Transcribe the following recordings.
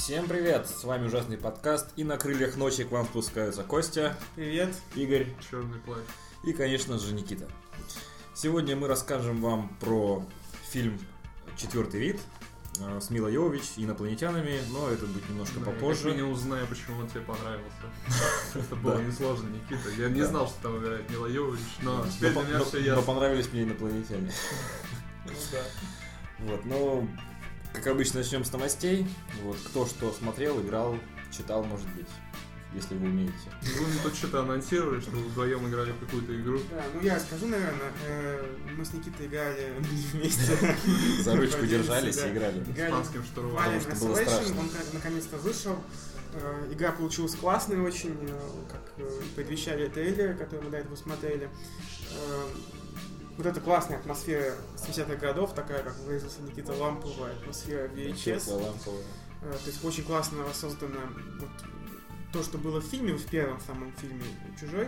Всем привет! С вами ужасный подкаст, и на крыльях ночи к вам спускаются Костя. Привет. Игорь. Черный плащ. И, конечно же, Никита. Сегодня мы расскажем вам про фильм «Четвертый вид» с Милой Йовович и инопланетянами, но это будет немножко попозже. Я не узнаю, почему он тебе понравился. Это было несложно, Никита. Я не знал, что там играет Мила Йовович, но теперь для меня все ясно. Но понравились мне инопланетяне. Вот, но, как обычно, начнем с новостей. Вот, кто что смотрел, играл, читал, может быть, если вы умеете. Вы мне тут что-то анонсировали, что вы вдвоем играли в какую-то игру. Да, ну я расскажу, наверное. Мы с Никитой играли вместе. За ручку держались и играли. Испанским штурмом. Alien Потому что было страшно. Он наконец-то вышел. Игра получилась классной очень, как предвещали трейлеры, которые мы до этого смотрели. Вот эта классная атмосфера 70-х годов, такая, как выразился Никита, ламповая атмосфера VHS. То есть очень классно воссоздано вот то, что было в фильме, в первом самом фильме «Чужой».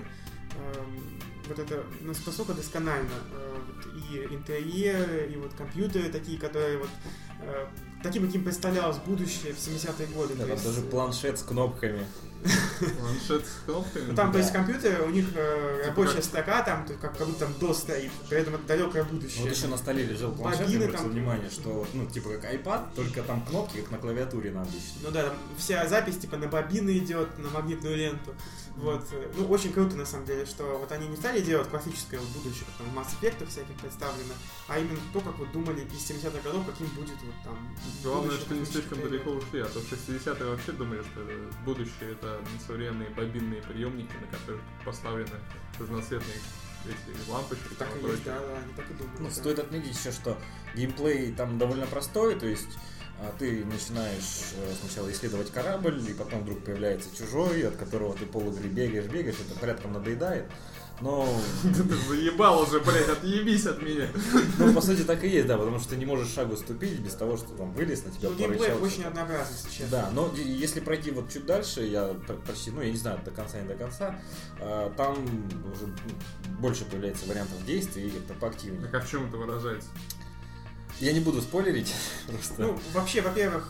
Вот это настолько досконально. И интерьеры, и вот компьютеры такие, которые вот таким, каким представлялось будущее в 70-е годы. Да, там даже планшет с кнопками. Планшет с кнопками? Ну там, то есть компьютеры, у них рабочая строка, там как будто там DOS стоит, при этом это далекое будущее. Вот еще на столе лежал планшет, Бобины я обратил там... внимание, что, ну, типа как iPad, только там кнопки, как на клавиатуре на обычной. Ну да, там вся запись типа на бобины идет, на магнитную ленту. Вот. Ну, очень круто на самом деле, что вот они не стали делать классическое вот будущее, как там в Mass Effect всяких представлено, а именно то, как вот думали из 70-х годов, каким будет вот там. Главное, что не слишком далеко ушли, а то в 60-е вообще думали, что будущее это современные бобинные приемники, на которых поставлены разноцветные эти лампочки. Так и есть, да, они так и думают. Ну, да. стоит отметить еще, что геймплей там довольно простой, то есть ты начинаешь сначала исследовать корабль, и потом вдруг появляется чужой, от которого ты полигры бегаешь, это порядком надоедает. Но... Ты заебал уже, блядь, отъебись от меня. Ну, по сути, так и есть, да, потому что ты не можешь шагу ступить без того, что там вылез на тебя. Ну, геймплей очень однообразный, если честно. Да, но если пройти вот чуть дальше, я почти, ну, я не знаю, до конца, не до конца, там уже больше появляется вариантов действий, и как-то поактивнее. Так а в чем это выражается? Я не буду спойлерить, просто... Ну, вообще, во-первых,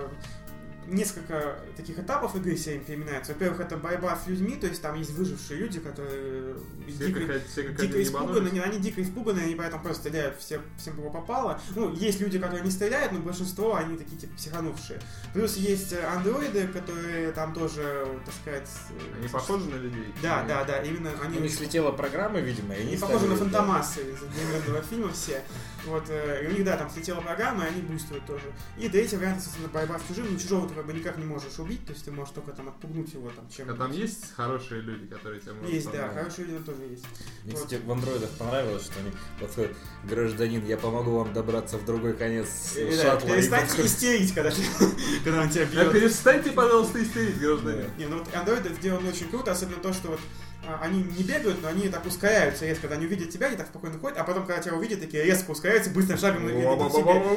несколько таких этапов игры себе переминаются. Во-первых, это борьба с людьми, то есть там есть выжившие люди, которые дико испуганы, они дико испуганы, они поэтому просто стреляют всем, кого попало. Ну, есть люди, которые не стреляют, но большинство, они такие, типа, психанувшие. Плюс есть андроиды, которые там тоже, так сказать... Они похожи на людей? Да, именно они... У них слетела программа, видимо, и они похожи на Фантомасы из одноименного фильма все. Вот, и у них, да, там слетела программа, и они бустуют тоже. И третий вариант, естественно, борьба с чужим, но чужого ты как бы никак не можешь убить, то есть ты можешь только там отпугнуть его там чем-то. А там есть хорошие люди, которые тебя могут... Есть, да, хорошие люди тоже есть. Мне, кстати, в андроидах понравилось, что они подходят: гражданин, я помогу вам добраться в другой конец шаттла. Перестаньте истерить, когда он тебя бьет. Перестаньте, пожалуйста, истерить, гражданин. Не, ну вот андроиды сделаны очень круто, особенно то, что вот они не бегают, но они так ускоряются резко, когда они увидят тебя, они так спокойно ходят, а потом, когда тебя увидят, такие резко ускоряются, быстрым шагом идут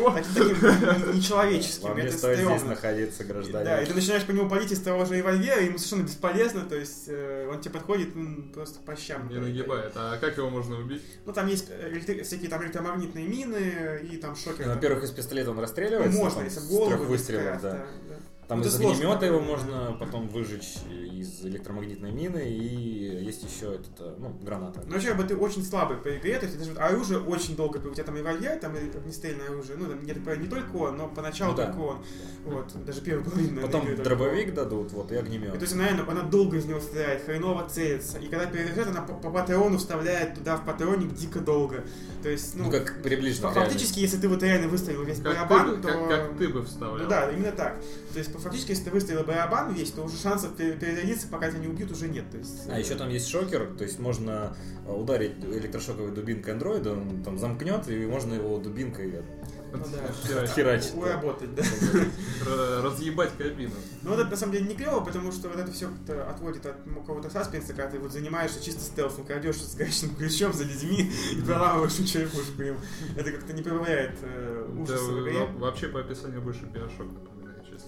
таким нечеловеческим. Вам не стоит здесь находиться, гражданин. Да, и ты начинаешь по нему палить из того же револьвера, ему совершенно бесполезно, то есть он тебе подходит просто по щам. Не нагибает. А как его можно убить? Ну там есть всякие там электромагнитные мины и там шокеры. Во-первых, из пистолета он расстреливается. Можно, если в голову. 3 выстрелов, да. Там из огнемета его можно потом выжечь из электромагнитной мины, и есть еще граната. Ну вообще, ты очень слабый по игре, то есть даже оружие очень долго, у тебя там револьвер, там огнестрельное оружие, ну там не только он, но поначалу только он. Вот, даже первый половина. Потом дробовик дадут, вот, и огнемет. То есть, наверное, она долго из него стреляет, хреново целится, и когда перезаряжает, она по патрону вставляет туда в патронник дико долго. То есть, как приближенно. Фактически, если ты вот реально выстрелил весь барабан, то... Как ты бы вставлял. Ну да, именно так. То есть, фактически, если ты выстрелил барабан весь, то уже шансов перезарядиться, пока тебя не убьют, уже нет. То есть... А еще там есть шокер, то есть можно ударить электрошоковой дубинкой андроида, он там замкнет, и можно его дубинкой отхерачить. Уработать, да. Разъебать кабину. Ну вот это на самом деле не клево, потому что вот это все как-то отводит от какого-то саспенса, когда ты вот занимаешься чисто стелсом, крадешь с гаечным ключом за людьми и проламываешь черепушку им. Это как-то не прибавляет ужаса в игре. Вообще по описанию больше Биошок напоминает, честно говоря. Ну,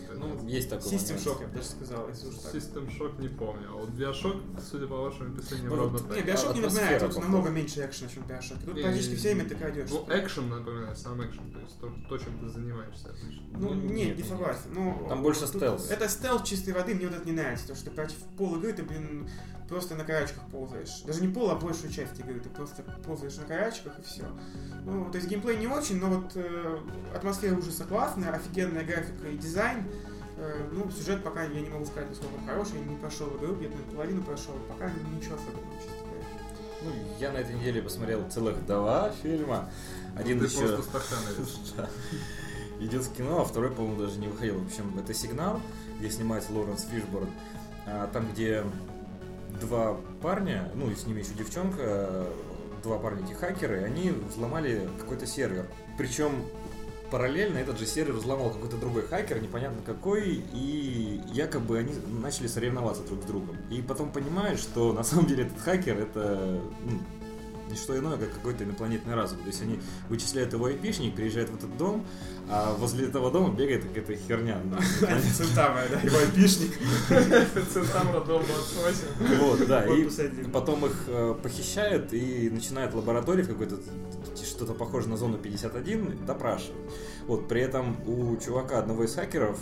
есть такой System момент. Shock, я бы даже сказал, если уж так. System Shock не помню, а вот Bioshock, судя по вашему описанию, Ну, ровно вот, так. Не, Bioshock не атмосфера напоминает, тут похожа. намного меньше экшена, чем Bioshock. Тут Не, практически не, все время ты крадешь. Ну, экшен напоминает, сам экшен, то есть то, чем ты занимаешься обычно. Ну, нет, не нет. согласен. Ну, Там больше тут стелс. Это стелс чистой воды, мне вот это не нравится. То, что ты против пол игры, ты, просто на карачках ползаешь. Даже не пол, а большую часть игры. Ты просто ползаешь на карачках и все. Ну, то есть геймплей не очень, но вот атмосфера ужаса классная, офигенная графика и дизайн. Ну, сюжет пока я не могу сказать, насколько он хороший. Я не прошел игру, где-то половину прошел. Пока ничего особенного, честно говоря. Ну, я на этой неделе посмотрел целых 2 фильма. Один Ты еще... просто стахановец. Да. Идет в кино, а второй, по-моему, даже не выходил. В общем, это «Сигнал», где снимается Лоуренс Фишборн. Там, где 2 парня, ну и с ними еще девчонка, 2 парня эти хакеры, они взломали какой-то сервер. Причем параллельно этот же сервер взломал какой-то другой хакер, непонятно какой, и якобы они начали соревноваться друг с другом. И потом понимают, что на самом деле этот хакер это не что иное, как какой-то инопланетный разум. То есть они вычисляют его айпишник, приезжают в этот дом, а возле этого дома бегает какая-то херня. Центавра, да, его айпишник. Центавра дом 28. Вот, да, и посадили. потом их похищают и начинают в лаборатории в какой-то что-то похожее на зону 51 допрашивать. Вот, при этом у чувака, одного из хакеров,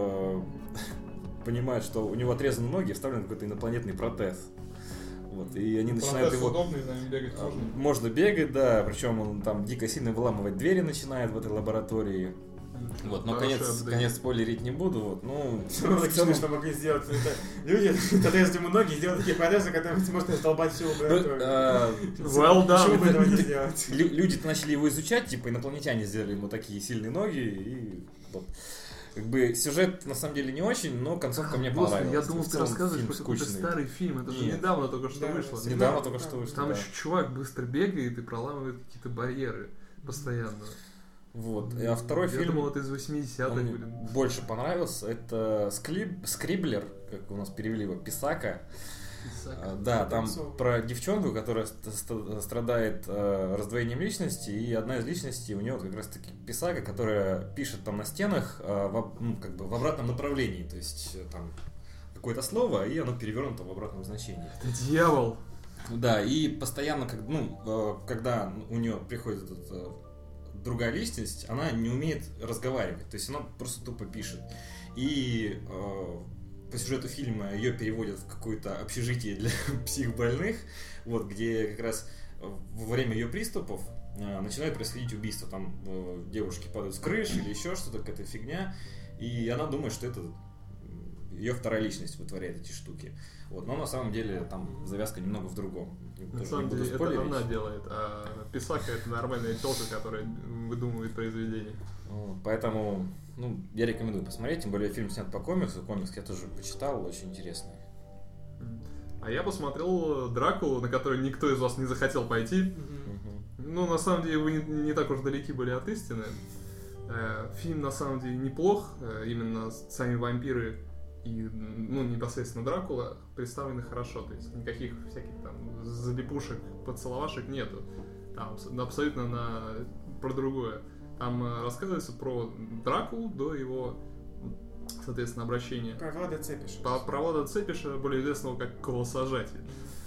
понимают, что у него отрезаны ноги и вставлен какой-то инопланетный протез. Вот, и они начинают его... удобный, на нем бегать можно. Можно бегать, да, причем он там дико сильно выламывать двери начинает в этой лаборатории. Вот, но конец спойлерить не буду, вот, ну... Логично, что могли сделать люди, отрезать ему ноги и сделать такие протезы, которые можно раздолбать всю лабораторию. Well done. Почему бы этого не сделать? Люди-то начали его изучать, типа инопланетяне сделали ему такие сильные ноги, и вот. Как бы сюжет на самом деле не очень, но концовка мне понравилась. Я думал, В ты целом, рассказываешь фильм про какой-то скучный. старый фильм. Это же Нет. недавно только что Да, вышло. Недавно только что вышло, Там да. еще чувак быстро бегает и проламывает какие-то барьеры постоянно. Вот. А второй Я фильм, думал, это из 80-х он мне будет. больше понравился. Это Скриблер, как у нас перевели его, Писака. Да, там про девчонку, которая страдает раздвоением личности, и одна из личностей у нее вот как раз таки Писака, которая пишет там на стенах как бы в обратном направлении, то есть там какое-то слово, и оно перевернуто в обратном значении. Это дьявол! Да, и постоянно, когда у нее приходит другая личность, она не умеет разговаривать, то есть она просто тупо пишет. И по сюжету фильма ее переводят в какое-то общежитие для психбольных, вот, где как раз во время ее приступов начинают происходить убийства. Там девушки падают с крыши или еще что-то, какая-то фигня, и она думает, что это ее вторая личность вытворяет эти штуки. Вот, но на самом деле там завязка немного в другом. На самом деле это она делает, а Писака это нормальная телка, которая выдумывает произведения. Поэтому я рекомендую посмотреть, тем более фильм снят по комиксу. Комикс я тоже почитал, очень интересный. А я посмотрел Дракулу, на который никто из вас не захотел пойти. Ну, на самом деле, вы не так уж далеки были от истины. Фильм на самом деле неплох, именно сами вампиры и непосредственно Дракула представлены хорошо, то есть никаких всяких там залипушек, поцеловашек нету. Там абсолютно про другое. Там рассказывается про Дракулу до его, соответственно, обращения. Про Влада Цепиша. Про Влада Цепиша, более известного как Колосожатель.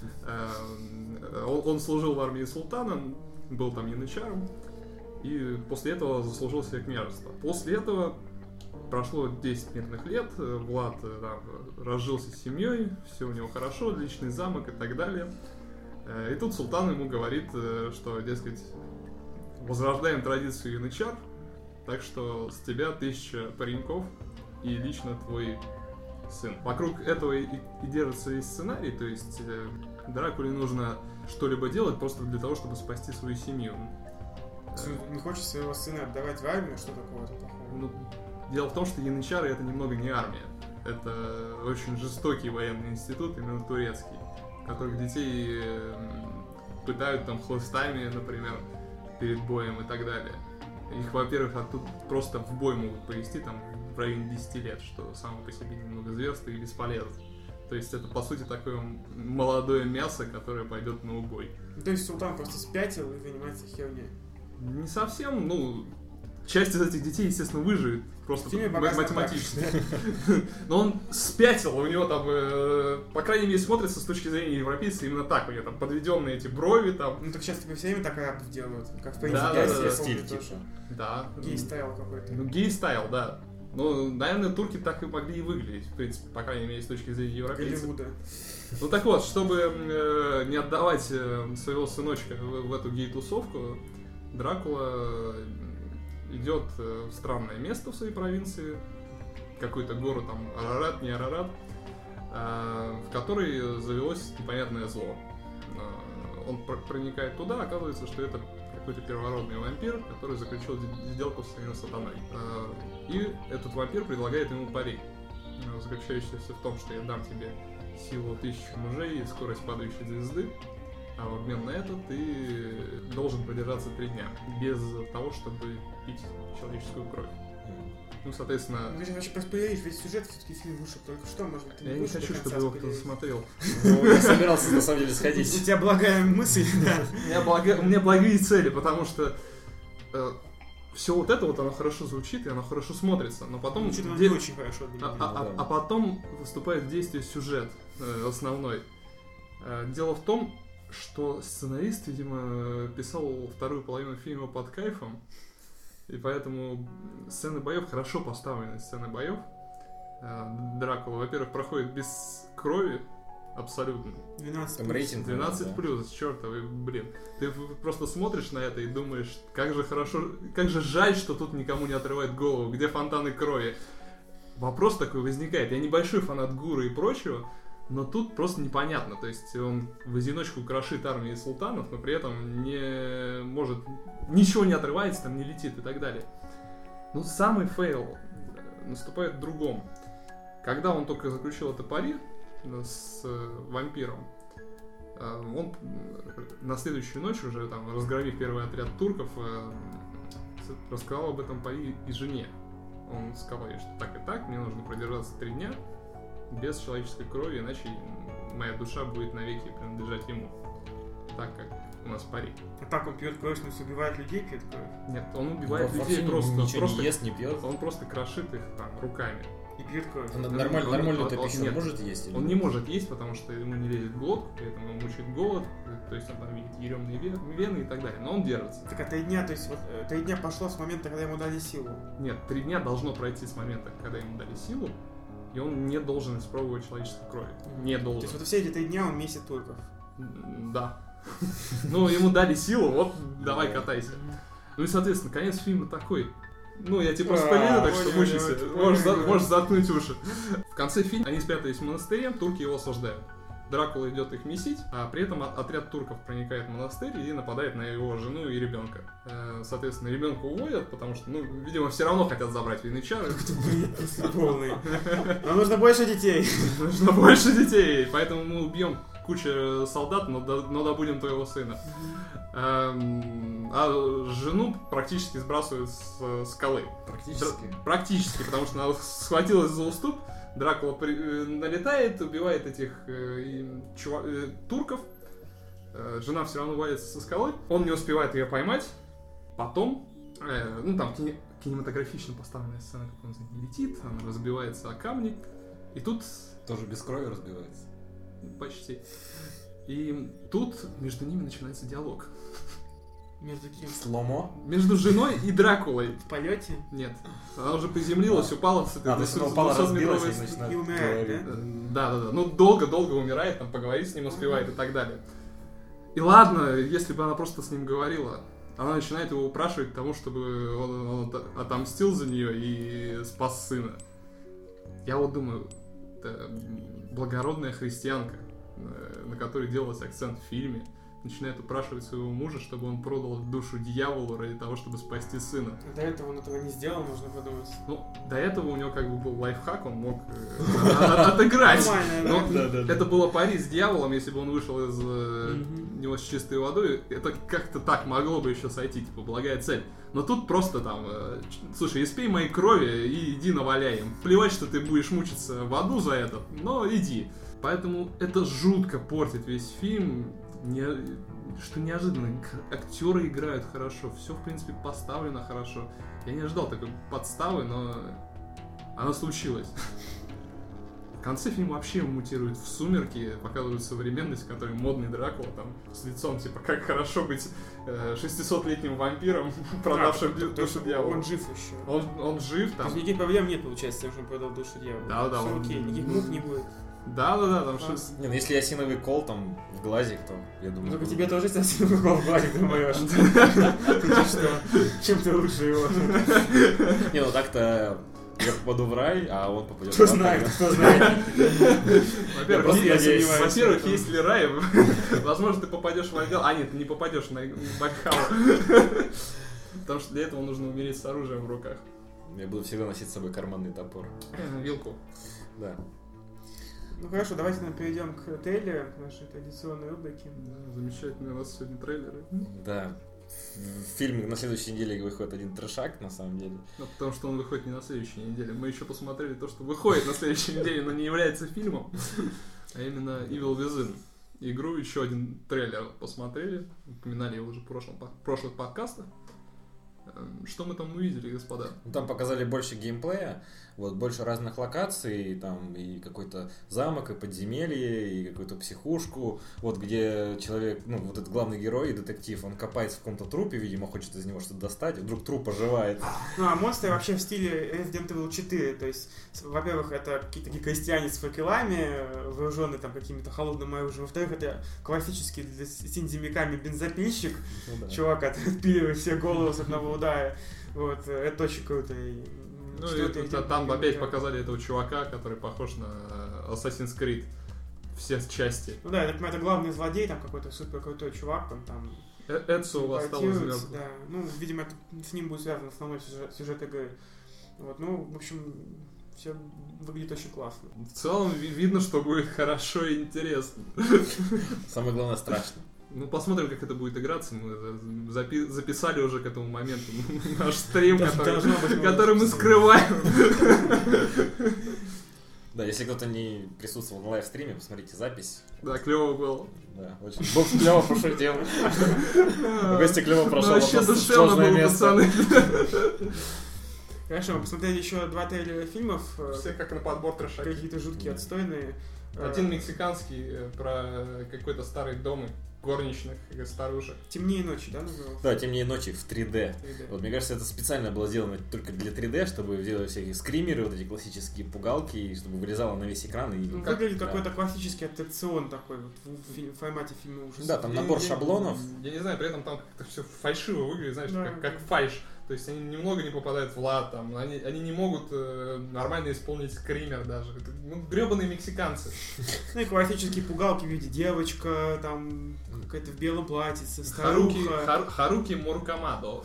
Он служил в армии султана, был там янычаром, и после этого заслужил себе княжество. После этого прошло 10 мирных лет, Влад разжился с семьей, все у него хорошо, личный замок и так далее. И тут султан ему говорит, что, дескать, возрождаем традицию янычар, так что с тебя 1000 пареньков и лично твой сын. Вокруг этого и держится весь сценарий, то есть Дракуле нужно что-либо делать просто для того, чтобы спасти свою семью. Не хочет своего сына отдавать в армию, что такого-то плохого? Дело в том, что янычары это немного не армия. Это очень жестокий военный институт, именно турецкий, в которых детей пытают там хлыстами, например, перед боем и так далее. Их, во-первых, оттуда просто в бой могут повести там в районе 10 лет, что само по себе немного зверство и бесполезно. То есть это, по сути, такое молодое мясо, которое пойдет на убой. То есть султан просто спятил и занимается херней? Не совсем, часть из этих детей, естественно, выживет. Просто математически. Да. Но он спятил, у него там, по крайней мере, смотрится с точки зрения европейца именно так. У него там подведенные эти брови там. Ну так сейчас типа все время так арабов делают. Как в Да, принципе, да, стиль типа. Да. Гей-стайл какой-то. Ну, гей-стайл, да. Ну, наверное, турки так и могли и выглядеть, в принципе, по крайней мере, с точки зрения европейцев. Голливуда. Ну так вот, чтобы не отдавать своего сыночка в эту гей-тусовку, Дракула идет в странное место в своей провинции, какую-то гору там Арарат, не Арарат, в которой завелось непонятное зло. Он проникает туда, оказывается, что это какой-то первородный вампир, который заключил сделку с самим сатаной. И этот вампир предлагает ему пари, заключающийся в том, что я дам тебе силу 1000 мужей и скорость падающей звезды, а в обмен на это ты должен продержаться 3 дня, без того, чтобы пить человеческую кровь. Ну, соответственно... Ну, ты же вообще проспойлеришь весь сюжет, все-таки фильм вышел только что, может быть, ты Я не будешь хочу, до конца чтобы его кто-то спойлерить? смотрел. Ну, я собирался на самом деле У сходить. тебя благая мысль, да. У меня благие цели, потому что все вот это вот, оно хорошо звучит и оно хорошо смотрится, но потом... Ну, что-то не очень хорошо для меня. А потом вступает в действие сюжет основной. Дело в том, что сценарист, видимо, писал вторую половину фильма под кайфом, и поэтому сцены боев, хорошо поставлены сцены боев. Дракула, во-первых, проходит без крови абсолютно. 12 Там рейтинг. 12 плюс, чертовый, блин. Ты просто смотришь на это и думаешь, как же хорошо, как же жаль, что тут никому не отрывает голову, где фонтаны крови. Вопрос такой возникает. Я небольшой фанат Гуры и прочего, но тут просто непонятно. То есть он в одиночку крошит армии султанов, но при этом не может, ничего не отрывается, там не летит и так далее. Ну, самый фейл наступает в другом. Когда он только заключил это пари с вампиром, он на следующую ночь, уже там разгромив первый отряд турков, рассказал об этом пари и жене. Он сказал ей, что так и так, мне нужно продержаться 3 дня без человеческой крови, иначе моя душа будет навеки принадлежать ему, так как у нас пари. А так он пьет кровь, в смысле, убивает людей, пьет кровь? Нет, он убивает Вообще людей просто, ничего не ест, не пьет. он просто крошит их там руками. И пьет кровь. Нормальную он- пищу он нет. может есть? Или Он нет? не может есть, потому что ему не лезет в глотку, при этом его мучает голод, то есть он там видит еремные вены и так далее, но он держится. Так а 3 дня, то есть вот 3 дня пошло с момента, когда ему дали силу. Нет, 3 дня должно пройти с момента, когда ему дали силу, и он не должен испробовать человеческой крови. Не То должен. есть вот все эти 3 дня он месяц турков. Да. Ну, ему дали силу, вот давай катайся. Ну и, соответственно, конец фильма такой. Ну, я тебе просто спойлерю, так что мучайся. Можешь заткнуть уши. В конце фильма они спрятались в монастыре, турки его осаждают. Дракула идет их месить, а при этом отряд турков проникает в монастырь и нападает на его жену и ребенка. Соответственно, ребенка уводят, потому что, ну, видимо, все равно хотят забрать Янычара. Полный. Нам нужно больше детей. Нужно больше детей, поэтому мы убьем кучу солдат, но добудем твоего сына. А жену практически сбрасывают с скалы. Практически, потому что она схватилась за уступ. Дракула налетает, убивает этих турков. Жена все равно валится со скалы. Он не успевает ее поймать. Потом, ну там кинематографично поставленная сцена, как он за ней летит, она разбивается о камни. И тут... Тоже без крови разбивается? Почти. И тут между ними начинается диалог. Между кем? Сломо? Между женой и Дракулой. В полете? Нет. Она уже приземлилась, упала с этой То есть она упала, разбилась и 200-метровой начинает и умирает, говорить. Да. Ну, долго умирает, там, поговорить с ним успевает и так далее. И ладно, если бы она просто с ним говорила, она начинает его упрашивать к тому, чтобы он отомстил за нее и спас сына. Я вот думаю, это благородная христианка, на которой делался акцент в фильме, начинает упрашивать своего мужа, чтобы он продал душу дьяволу ради того, чтобы спасти сына. До этого он этого не сделал, нужно подумать. Ну, до этого у него как бы был лайфхак, он мог отыграть. Но это было пари с дьяволом, если бы он вышел из него с чистой водой, это как-то так могло бы еще сойти, типа, благая цель. Но тут просто там, слушай, испей моей крови и иди наваляй им. Плевать, что ты будешь мучиться в аду за это, но иди. Поэтому это жутко портит весь фильм. что неожиданно, актеры играют хорошо, все, в принципе, поставлено хорошо. Я не ожидал такой подставы, но она случилась. В конце фильм вообще мутирует в сумерки, показывают современность, в которой модный Дракула там с лицом, типа, как хорошо быть 600-летним вампиром, продавшим душу дьявола. Он жив еще. Он жив там. То есть никаких проблем нет, получается, с тем, что он продал душу дьявола. Да. Все окей, никаких мук не будет. Да, там что... Не, ну если осиновый кол там в глазик, то я думаю... Только тебе тоже осиновый кол в глазик, думаешь. Ты что? Чем ты лучше его? Не, ну так-то я попаду в рай, а он попадет Кто в ад. знает, кто знает. Во-первых, есть ли рай, возможно, ты попадешь в отдел... А, нет, ты не попадешь на Бакхалу. Потому что для этого нужно умереть с оружием в руках. Я буду всегда носить с собой карманный топор. Вилку. Да. Ну хорошо, давайте нам перейдем к трейлеру, к нашей традиционной рубрике. Да, замечательные у нас сегодня трейлеры. Да. Фильм на следующей неделе выходит один трешак, на самом деле. Ну, потому что он выходит не на следующей неделе. Мы еще посмотрели то, что выходит на следующей неделе, но не является фильмом. А именно Evil Within. Игру, еще один трейлер посмотрели. Упоминали его уже в прошлых подкастах. Что мы там увидели, господа? Там показали больше геймплея, вот, больше разных локаций, там и какой-то замок, и подземелье, и какую-то психушку, вот, где человек, ну, вот этот главный герой, детектив, он копается в каком-то трупе, видимо, хочет из него что-то достать, и вдруг труп оживает. Ну, а монстры вообще в стиле Resident Evil 4, то есть, во-первых, это какие-то такие крестьяне с факелами, вооруженные там каким-то холодным оружием, во-вторых, это классический с синдзимиками бензопильщик, Ну, да. чувак, который отпиливает все головы с одного удара, вот, это очень круто. Ну, и там опять показали этого чувака, который похож на Assassin's Creed. Все части. Ну да, это главный злодей, там какой-то супер крутой чувак, он там... Эдсо восстал из мертвых. Да, ну, видимо, с ним будет связан основной сюжет игры. Вот, ну, в общем, все выглядит очень классно. В целом видно, что будет хорошо и интересно. Самое главное, страшно. Ну, посмотрим, как это будет играться. Мы записали уже к этому моменту наш стрим, который мы скрываем. Да, если кто-то не присутствовал на лайв-стриме, посмотрите запись. Да, клево было. Да, очень клево пошутил. В гости клево прошел. Вообще душевно было, пацаны. Хорошо, мы посмотрели еще 2 трейлера фильмов. Все как на подбор трешаки. Какие-то жуткие, отстойные. Один мексиканский про какой-то старый дом горничных старушек. «Темнее ночи», да, назывался? Да, «Темнее ночи» в 3D. 3D. Вот, мне кажется, это специально было сделано только для 3D, чтобы сделать всякие скримеры, вот эти классические пугалки, и чтобы вылезало на весь экран. И Ну, выглядит какой-то классический аттракцион такой, вот, в формате фильма ужасов. Да, там набор шаблонов. Я не знаю, при этом там как-то все фальшиво выглядит, знаешь, Да, как фальш. То есть они немного не попадают в лад, там, они не могут нормально исполнить скример даже. Это, ну, гребаные мексиканцы. Ну и классические пугалки в виде девочка, там какая-то в белом платьице, старуха. Харуки Муракамадо.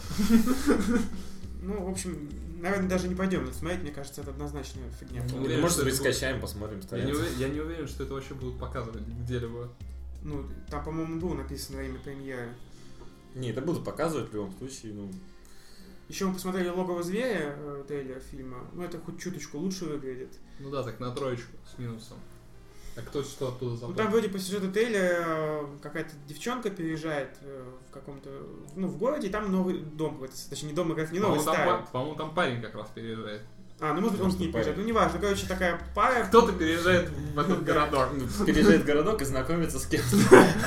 Ну, в общем, наверное, даже не пойдем смотреть, мне кажется, это однозначная фигня. Уверен, Может что быть, это будет- скачаем, посмотрим, Я не уверен, что это вообще будут показывать где-либо. Ну, там, по-моему, было написано время премьеры. Не, это будут показывать в любом случае, ну... Еще мы посмотрели «Логово зверя», трейлер фильма. Ну, это хоть чуточку лучше выглядит. Ну да, так на троечку с минусом. А кто что оттуда Ну, забрал? там вроде по сюжету трейлера какая-то девчонка переезжает в каком-то... Ну, в городе, и там новый дом какой-то. Точнее, не дом, а не новый, старый. По-моему, там парень как раз переезжает. А, ну, может быть, он с ней переезжает. Ну, неважно. Короче, такая пара... Кто-то переезжает в этот городок. Переезжает в городок и знакомится с кем-то.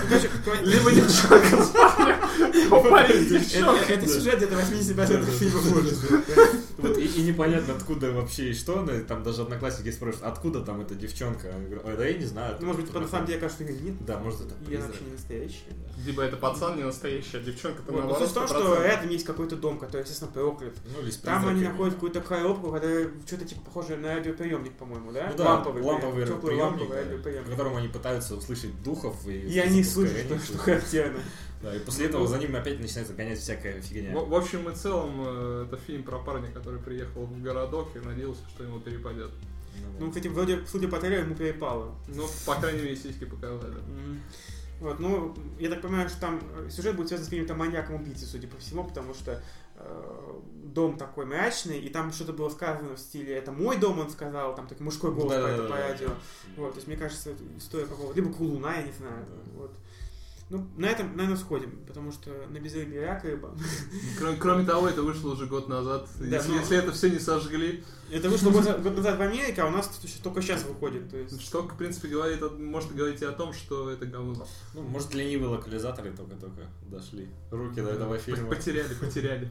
Либо девчонка с парнем, либо парень с девчонкой. Это сюжет где-то 80% фильмов ужасов. Вот, и непонятно, откуда вообще и что. Но там даже одноклассники спрашивают, откуда там эта девчонка. Я говорю, ой, да я не знаю. Ну, может быть, на самом деле кажется, что нет. Да, может, это Я призрак. вообще не настоящий. Либо это пацан не настоящий, а девчонка-то Вот. Но наоборот. суть в том, что рядом есть какой-то дом, который, естественно, проклят. Ну, или с Там они призраками. находят какую-то коробку, которая что-то типа похожее на радиоприемник, по-моему, да? Ну да, ламповый теплый приемник, ламповый по радиоприемник. которому они пытаются услышать духов. И они слышат, что характерно. Да, и после этого за ними опять начинается гонять всякая фигня. В общем и целом, это фильм про парня, который приехал в городок и надеялся, что ему перепадет. Ну, кстати, вроде, судя по трейлеру, ему перепало. Ну, по крайней мере, сиськи показали. Вот, ну, я так понимаю, что там сюжет будет связан с каким-то маньяком-убийцей, судя по всему, потому что дом такой мрачный, и там что-то было сказано в стиле «это мой дом», он сказал, там такой мужской голос по радио. Вот, то есть, мне кажется, это история какого-то, либо Кулуна, я не знаю. Вот. Ну, на этом, наверное, сходим, потому что на безрыбье рак рыба. Кроме того, это вышло уже год назад. Да, если это все не сожгли. Это вышло год назад в Америке, а у нас только сейчас выходит. То есть... Что, в принципе, может говорить и о том, что это говно. Ну, может, ленивые локализаторы только-только дошли руки до этого фильма. Потеряли.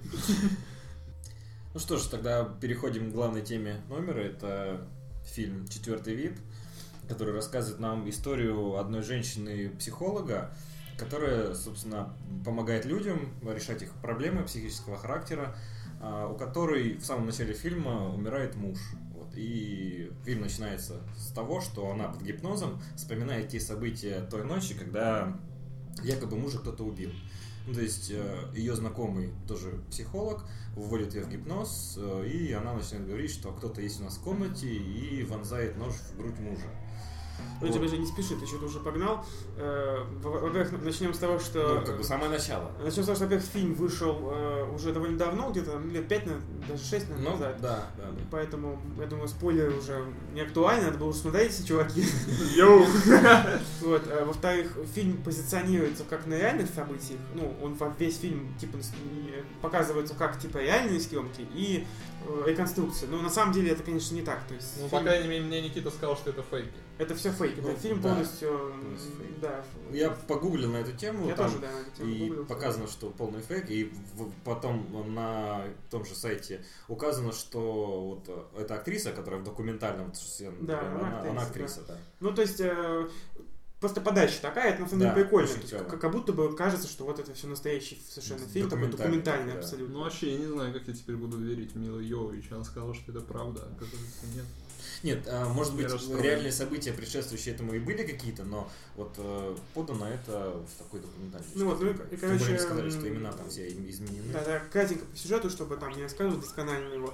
Ну что ж, тогда переходим к главной теме номера. Это фильм «Четвертый вид», который рассказывает нам историю одной женщины-психолога, которая, собственно, помогает людям решать их проблемы психического характера, у которой в самом начале фильма умирает муж. Вот. И фильм начинается с того, что она под гипнозом вспоминает те события той ночи, когда якобы мужа кто-то убил. Ну, то есть ее знакомый, тоже психолог, вводит ее в гипноз, и она начинает говорить, что кто-то есть у нас в комнате, и вонзает нож в грудь мужа. Подожди, не спеши, ты что-то уже погнал. Во-первых, начнем с того, что... Ну, как бы самое начало. Начнем с того, что, во-первых, фильм вышел уже довольно давно, где-то лет 5, даже 6 назад. Да. Поэтому, я думаю, спойлеры уже не актуальны, надо было смотреть, чуваки. Йоу! Вот. Во-вторых, фильм позиционируется как на реальных событиях. Ну, он весь фильм типа показывается как типа реальные съемки и реконструкция. Но на самом деле это, конечно, не так. То есть, Ну, фильм... по крайней мере, мне Никита сказал, что это фейки. Это все фейк. Ну, Это фильм да, полностью... Да. Я погуглил на эту тему. Я там, тоже, да, на эту тему и гуглил. показано, что полный фейк. И потом на том же сайте указано, что вот эта актриса, которая в документальном... Да, она актриса, да. Ну, то есть... Просто подача такая, это на самом деле прикольно. Как будто бы кажется, что вот это все настоящий совершенно фильм, такой документальный да. абсолютно. Ну вообще, я не знаю, как я теперь буду верить Миле Йовович. Она сказала, что это правда, а оказывается нет. Нет, может быть, реальные события, предшествующие этому, и были какие-то, но вот подано это в такой документальной. Ну вот, и, короче... Тем более сказали, что имена там все изменены. Да, кратенько по сюжету, чтобы там не рассказывать досконально его.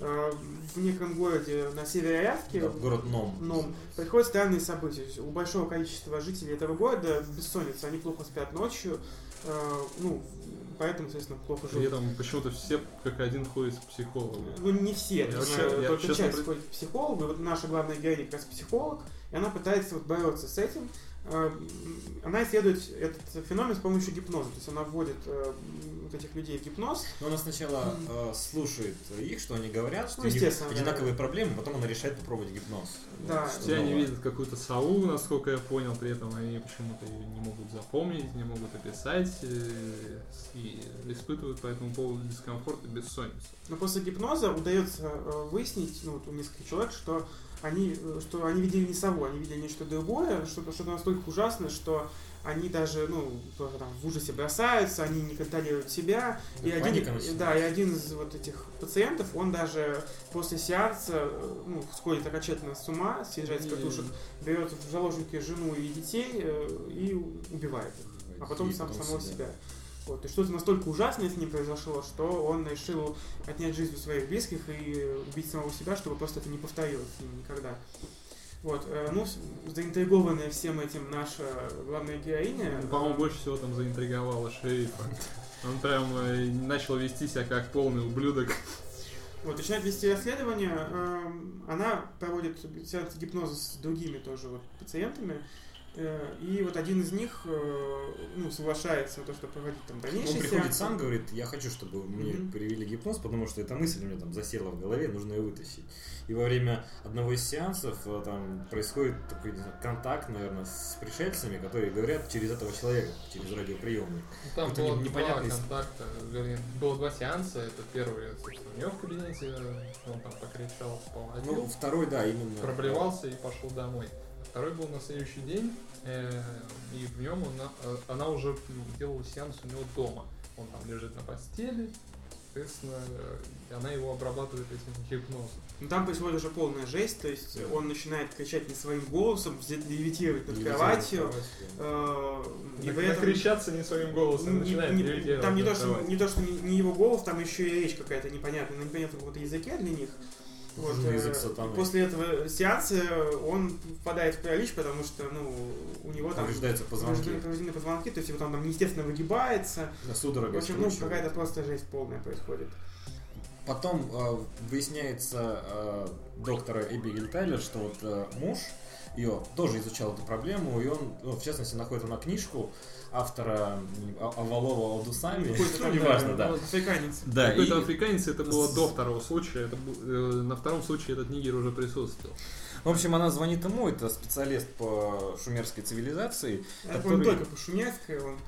В неком городе на севере Аляски, да, город Ном, происходят странные события. У большого количества жителей этого города бессонница, они плохо спят ночью, ну, поэтому, соответственно, плохо живут. При этом почему-то все как один ходят к психологу. Ну, не все, только часть честно... ходит к психологу. И вот наша главная героиня как раз психолог, и она пытается вот бороться с этим. Она исследует этот феномен с помощью гипноза. То есть она вводит вот этих людей в гипноз. Но она сначала слушает их, что они говорят, что у них естественно, одинаковые проблемы, потом она решает попробовать гипноз. Да. Вот, все они видят какую-то сову, насколько я понял, при этом они почему-то ее не могут запомнить, не могут описать и испытывают по этому поводу дискомфорт и бессонницу. Но после гипноза удается выяснить, ну, вот у нескольких человек, что они видели не сову, они видели нечто другое, что-то настолько ужасное, что они даже, ну, там, в ужасе бросаются, они не контролируют себя. И один из вот этих пациентов, он даже после сеанса, ну, сходит окончательно с ума, съезжает с катушек, берет в заложники жену и детей и убивает их, а потом самого себя. Вот. И что-то настолько ужасное с ним произошло, что он решил отнять жизнь у своих близких и убить самого себя, чтобы просто это не повторилось с ним никогда. Вот. Ну, заинтригованная всем этим наша главная героиня... По-моему, больше всего там заинтриговала шерифа. Он прям начал вести себя как полный ублюдок. Вот, начинает вести расследование. Она проводит сеансы гипноза с другими тоже вот пациентами. И вот один из них, ну, соглашается на то, что проводить там дальнейшие сеансы. Он приходит сеансы. сам, говорит, я хочу, чтобы мне привели гипноз, потому что эта мысль у меня там засела в голове, нужно ее вытащить. И во время одного из сеансов там происходит такой, не знаю, контакт, наверное, с пришельцами, которые говорят через этого человека, через радиоприемник. Там это было непонятный... два контакта, вернее, было два сеанса. Это первый, собственно, у него в кабинете, он там покричал, поводил. Ну, второй, да, именно. Проблевался и пошел домой. Второй был на следующий день, и в нем она уже делала сеанс у него дома. Он там лежит на постели, соответственно, она его обрабатывает этим гипнозом. Ну, там происходит уже полная жесть, то есть он начинает кричать не своим голосом, левитировать над кроватью. И при этом кричаться не своим голосом, начинает левитировать. Там не то, что не его голос, там еще и речь какая-то непонятная, на непонятном каком-то языке для них. Вот, после этого сеанса он впадает в паралич, потому что, ну, у него там повреждаются позвонки, то есть его там естественно выгибается. Судорога. В общем, ну, какая-то просто жесть полная происходит. Потом выясняется доктора Эбигейль Тайлер, что вот муж ее тоже изучал эту проблему, и он, в частности, находит она книжку автора Авалова Алдусами, неважно, да. Африканец. Да, Какой-то африканец, это было до второго случая, на втором случае этот нигер уже присутствовал. В общем, она звонит ему, это специалист по шумерской цивилизации. Он только по шумерской, он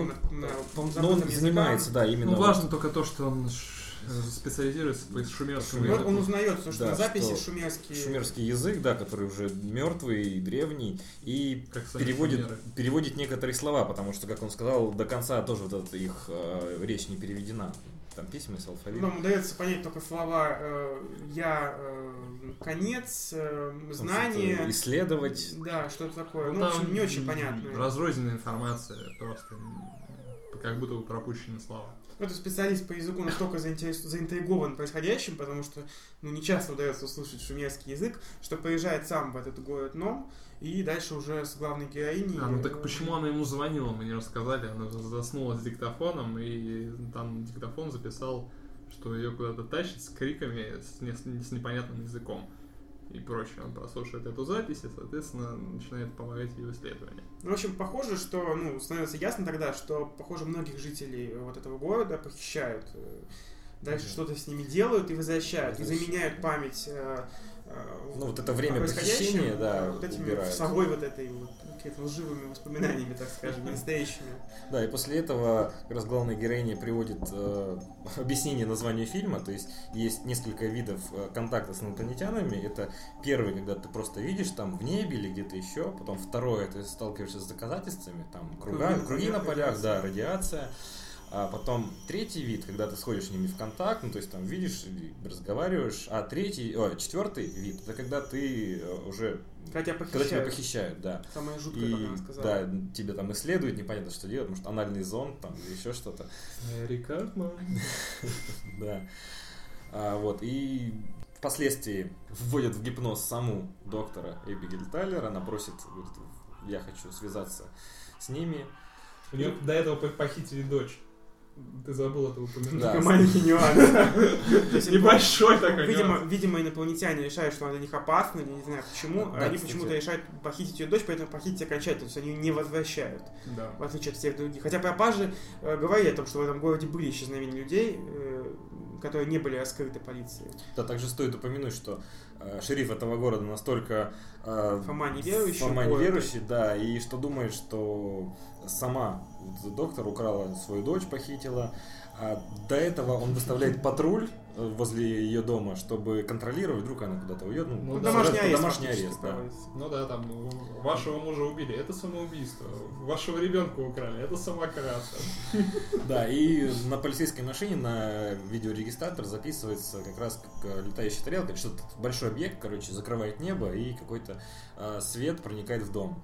он занимается, да, именно. Ну, важно только то, что он специализируется по шумерскому языку. Он узнает, что да, на записи шумерский язык, да, который уже мертвый, древний, и переводит некоторые слова, потому что, как он сказал, до конца тоже вот эта их речь не переведена. Там письменность, алфавит. Нам удается понять только слова «я», «конец», «знание». Исследовать. Да, что-то такое. Ну, в общем, не очень понятно. Разрозненная информация, просто как будто бы пропущены слова. Этот специалист по языку настолько заинтригован происходящим, потому что не часто удается услышать шумерский язык, что приезжает сам в этот город Ном, и дальше уже с главной героиней... так почему она ему звонила, мы не рассказали. Она заснула с диктофоном, и там диктофон записал, что ее куда-то тащит с криками, с непонятным языком и прочее. Он прослушивает эту запись и, соответственно, начинает помогать ей в исследовании. В общем, похоже, что, становится ясно тогда, что, похоже, многих жителей вот этого города похищают, дальше что-то с ними делают и возвращают, и заменяют память вот это время похищения, да, вот этими убирают. Собой вот этой вот какими-то лживыми воспоминаниями, так скажем, настоящими. Да, и после этого как раз главная героиня приводит объяснение названия фильма, то есть есть несколько видов контакта с инопланетянами. Это первый, когда ты просто видишь там в небе или где-то еще, потом второе, ты сталкиваешься с доказательствами, там круги на полях, да, радиация. А потом третий вид, когда ты сходишь с ними в контакт, то есть там видишь, разговариваешь, а четвертый вид, это когда ты уже... Когда тебя похищают, да. Самое жуткое, как она сказала. Да, тебя там исследуют, непонятно, что делать, может, анальный зонд там или еще что-то. Рикардман. Да. И впоследствии вводят в гипноз саму доктора Эбигейль Тайлер, она просит, говорит, я хочу связаться с ними. У нее до этого похитили дочь. Ты забыл это упомянуть. Да, маленький нюанс. Небольшой такой нюанс. Видимо, инопланетяне решают, что она для них опасна, я не знаю почему. Они почему-то решают похитить ее дочь, поэтому похитить окончательно, то есть они ее не возвращают. Да. В отличие от всех других. Хотя пропажи говорили о том, что в этом городе были исчезновения людей, которые не были раскрыты полицией. Да, также стоит упомянуть, что шериф этого города настолько Фома неверующий, да, и что думает, что сама доктор украла свою дочь, похитила. А до этого он выставляет патруль возле ее дома, чтобы контролировать, вдруг она куда-то уйдет. Домашний арест, да. Ну да, там вашего мужа убили, это самоубийство. Вашего ребенка украли, это самократ. Да, и на полицейской машине на видеорегистратор записывается как раз как летающая тарелка, что-то большой объект, закрывает небо, и какой-то свет проникает в дом.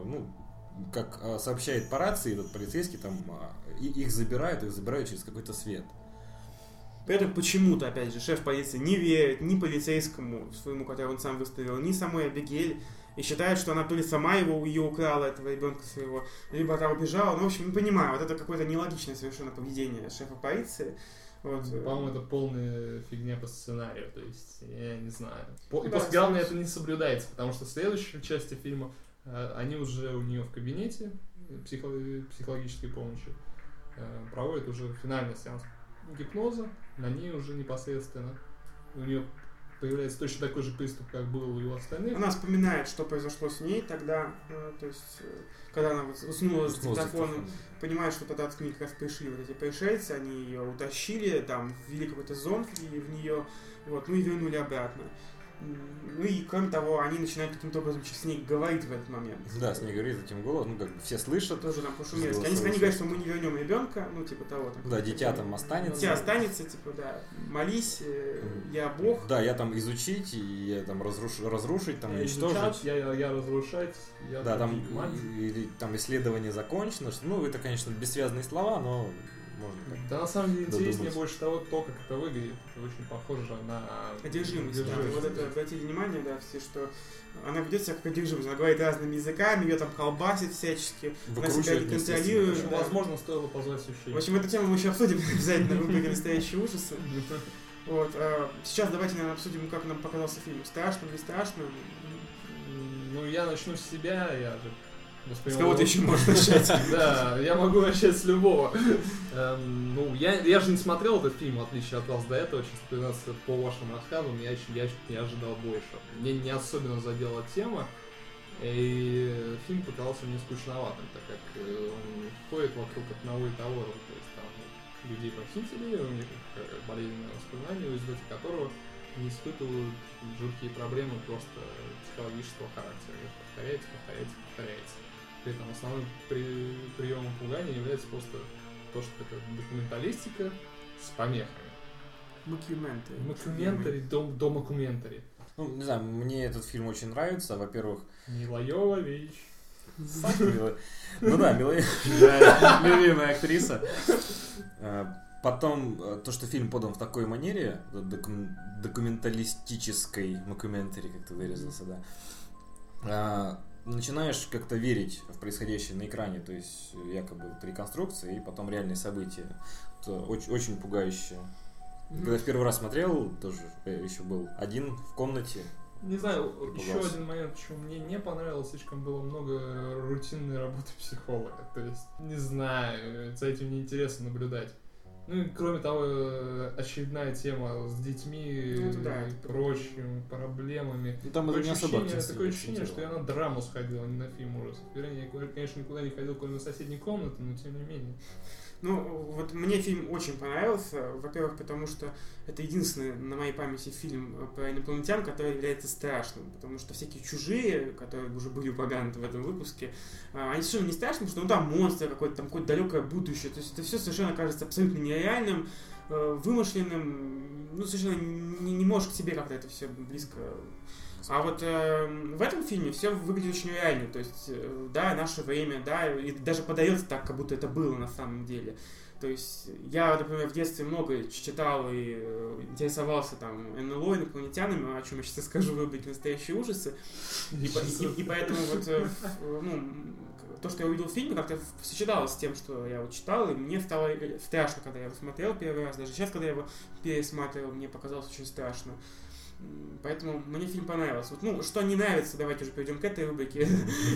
Как сообщает по рации этот полицейский, там их забирают через какой-то свет. При этом почему-то, опять же, шеф полиции не верит ни полицейскому своему, который он сам выставил, ни самой Эбигейль, и считает, что она то ли сама ее украла, этого ребенка своего, либо она убежала. В общем, не понимаю, вот это какое-то нелогичное совершенно поведение шефа полиции. По-моему, это полная фигня по сценарию, то есть, я не знаю. Главное, это не соблюдается, потому что в следующей части фильма они уже у нее в кабинете психологической помощи проводят уже финальный сеанс гипноза, на ней уже непосредственно у нее появляется точно такой же приступ, как был и у остальных. Она вспоминает, что произошло с ней тогда, то есть, когда она уснула с диктофоном, понимает, что тогда к ней как раз пришли вот эти пришельцы, они ее утащили, там, ввели какой-то зонд в нее, и вернули обратно. И, кроме того, они начинают каким-то образом с ней говорить в этот момент. Да, с ней говорит этим голосом, все слышат. Тоже там по-шумерски. Они говорят, что мы не вернем ребенка, того. Там, да, дитя там останется. Дитя останется, молись, я Бог. Да, я там изучить, и я там разрушить, там уничтожить. Я разрушать, я да, там, или там исследование закончено. Это, конечно, бессвязные слова, но... Да, на самом деле интереснее больше того, как это выглядит. Это очень похоже на одержимость. Да. Вот это обратили внимание, да, все, что она ведет себя как одержимость. Она говорит разными языками, ее там колбасит всячески, она себя не контролирует. Да. Возможно, стоило позвать сущей. В общем, эту тему мы еще обсудим обязательно в рубрике «Настоящие ужасы». Вот, сейчас давайте, наверное, обсудим, как нам показался фильм. Страшным, не страшным? Ну, я начну с себя, я же С кого ты еще можешь начать? Да, я могу начать с любого. Ну, я же не смотрел этот фильм, в отличие от вас до этого, честно признаться, по вашим рассказам, я чуть не ожидал больше. Мне не особенно задела тема, и фильм показался мне скучноватым, так как он ходит вокруг одного и того же, то есть там людей похитили, у них болезненное воспоминание, в результате которого не испытывают жуткие проблемы просто психологического характера. Повторяется. При этом основным приемом пугания является просто то, что это документалистика с помехами. Мокюментари, домокументари. Ну, не знаю, мне этот фильм очень нравится. Во-первых... Мила Йовович. Ну да, Мила Йовович, любимая актриса. Потом, то, что фильм подан в такой манере, документалистической, мокюментари, как ты выразился, да, начинаешь как-то верить в происходящее на экране, то есть якобы реконструкция и потом реальные события. Это очень пугающее. Когда я в первый раз смотрел, тоже еще был один в комнате. Не знаю, еще один момент, что мне не понравилось, слишком было много рутинной работы психолога. То есть, не знаю, за этим неинтересно наблюдать. Ну и кроме того, очередная тема с детьми и прочими проблемами. И там это не особо такое ощущение, что я на драму сходил, а не на фильм ужасов. Вернее, я, конечно, никуда не ходил, кроме соседней комнаты, но тем не менее. Ну, вот мне фильм очень понравился. Во-первых, потому что это единственный на моей памяти фильм про инопланетян, который является страшным. Потому что всякие чужие, которые уже были упомянуты в этом выпуске, они совершенно не страшны, потому что там монстры какое-то, там какое-то далекое будущее. То есть это все совершенно кажется абсолютно нереальным, вымышленным. Ну, совершенно не можешь к себе как-то это все близко. А вот в этом фильме все выглядит очень реально, то есть, да, наше время, да, и даже подается так, как будто это было на самом деле. То есть, я, например, в детстве много читал и интересовался там НЛО, инопланетянами, о чем я сейчас и скажу в рубрике «Настоящие ужасы». И поэтому вот, ну, то, что я увидел в фильме, как-то сочеталось с тем, что я вот читал, и мне стало страшно, когда я его смотрел первый раз. Даже сейчас, когда я его пересматривал, мне показалось очень страшно. Поэтому мне фильм понравился. Вот, ну, что не нравится, давайте уже перейдем к этой рубрике.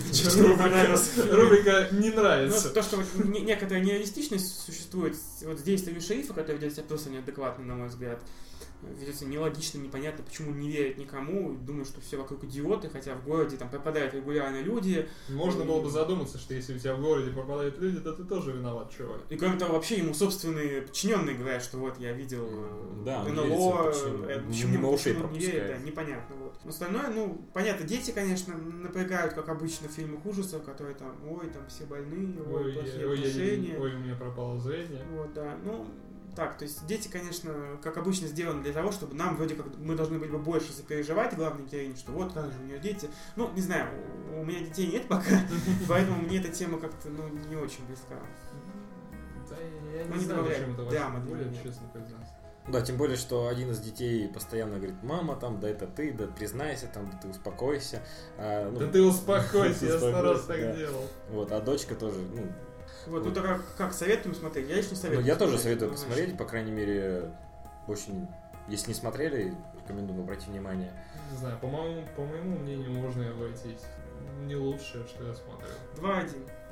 Рубрика «Не нравится». То, что некоторая нереалистичность существует вот с действиями шерифа, который ведет себя просто неадекватно, на мой взгляд. Ведется нелогично, непонятно, почему не верят никому, думают, что все вокруг идиоты, хотя в городе там пропадают регулярно люди. Можно было бы задуматься, что если у тебя в городе пропадают люди, то ты тоже виноват, чувак. И кроме того, вообще ему собственные подчиненные говорят, что вот я видел НЛО, почему не верят, да, непонятно. Вот. Остальное, ну, понятно, дети, конечно, напрягают, как обычно в фильмах ужасов, которые там, ой, там все больные, ой, плохие отношения. Ой, у меня пропало зрение. Вот, да, ну... Так, то есть дети, конечно, как обычно сделаны для того, чтобы нам вроде как мы должны были бы больше сопереживать главной героине, что вот как же у нее дети. Ну, не знаю, у меня детей нет пока, поэтому мне эта тема как-то, ну, не очень близка. Да, я не знаю, зачем это вообще более, честно признаться. Да, тем более, что один из детей постоянно говорит: мама, там, да это ты, да признайся, там, да ты успокойся. Да ты успокойся, я 100 раз так делал. Вот, а дочка тоже, ну... Вот, ну так как советуем смотреть? Я лично советую. Ну, я тоже советую посмотреть, по крайней мере, очень... Если не смотрели, рекомендую обратить внимание. Не знаю, по моему мнению, можно и обойтись. Не лучшее, что я смотрел. 2-1.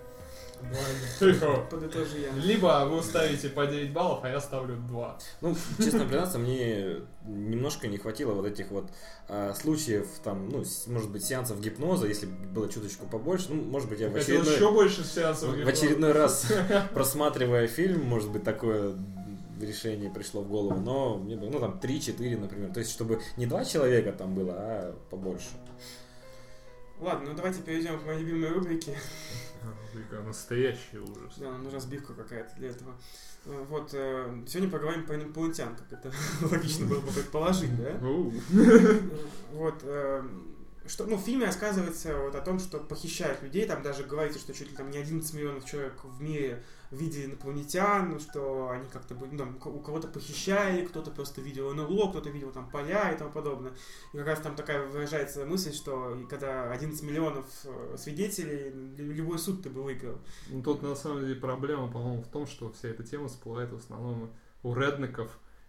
Подытожи я. Либо вы ставите по 9 баллов, а я ставлю 2. Ну, честно признаться, мне немножко не хватило вот этих вот случаев, там, ну, может быть, сеансов гипноза, если было чуточку побольше. Ну, может быть, я в очередной раз, просматривая фильм, может быть, такое решение пришло в голову, но мне было, ну, там, 3-4, например. То есть, чтобы не 2 человека там было, а побольше. Ладно, ну давайте перейдем к моей любимой рубрике. Рубрика «Настоящий ужас». Да, нам нужна сбивка какая-то для этого. Вот, сегодня поговорим про инопланетян, как это логично было бы предположить, да? Вот, что, ну, в фильме рассказывается вот о том, что похищают людей, там даже говорится, что чуть ли там не 11 миллионов человек в мире видели инопланетян, что они как-то, ну, там, у кого-то похищали, кто-то просто видел НЛО, кто-то видел там поля и тому подобное. И как раз там такая выражается мысль, что когда 11 миллионов свидетелей, любой суд ты бы выиграл. Ну, тут на самом деле проблема, по-моему, в том, что вся эта тема всплывает в основном у реднеков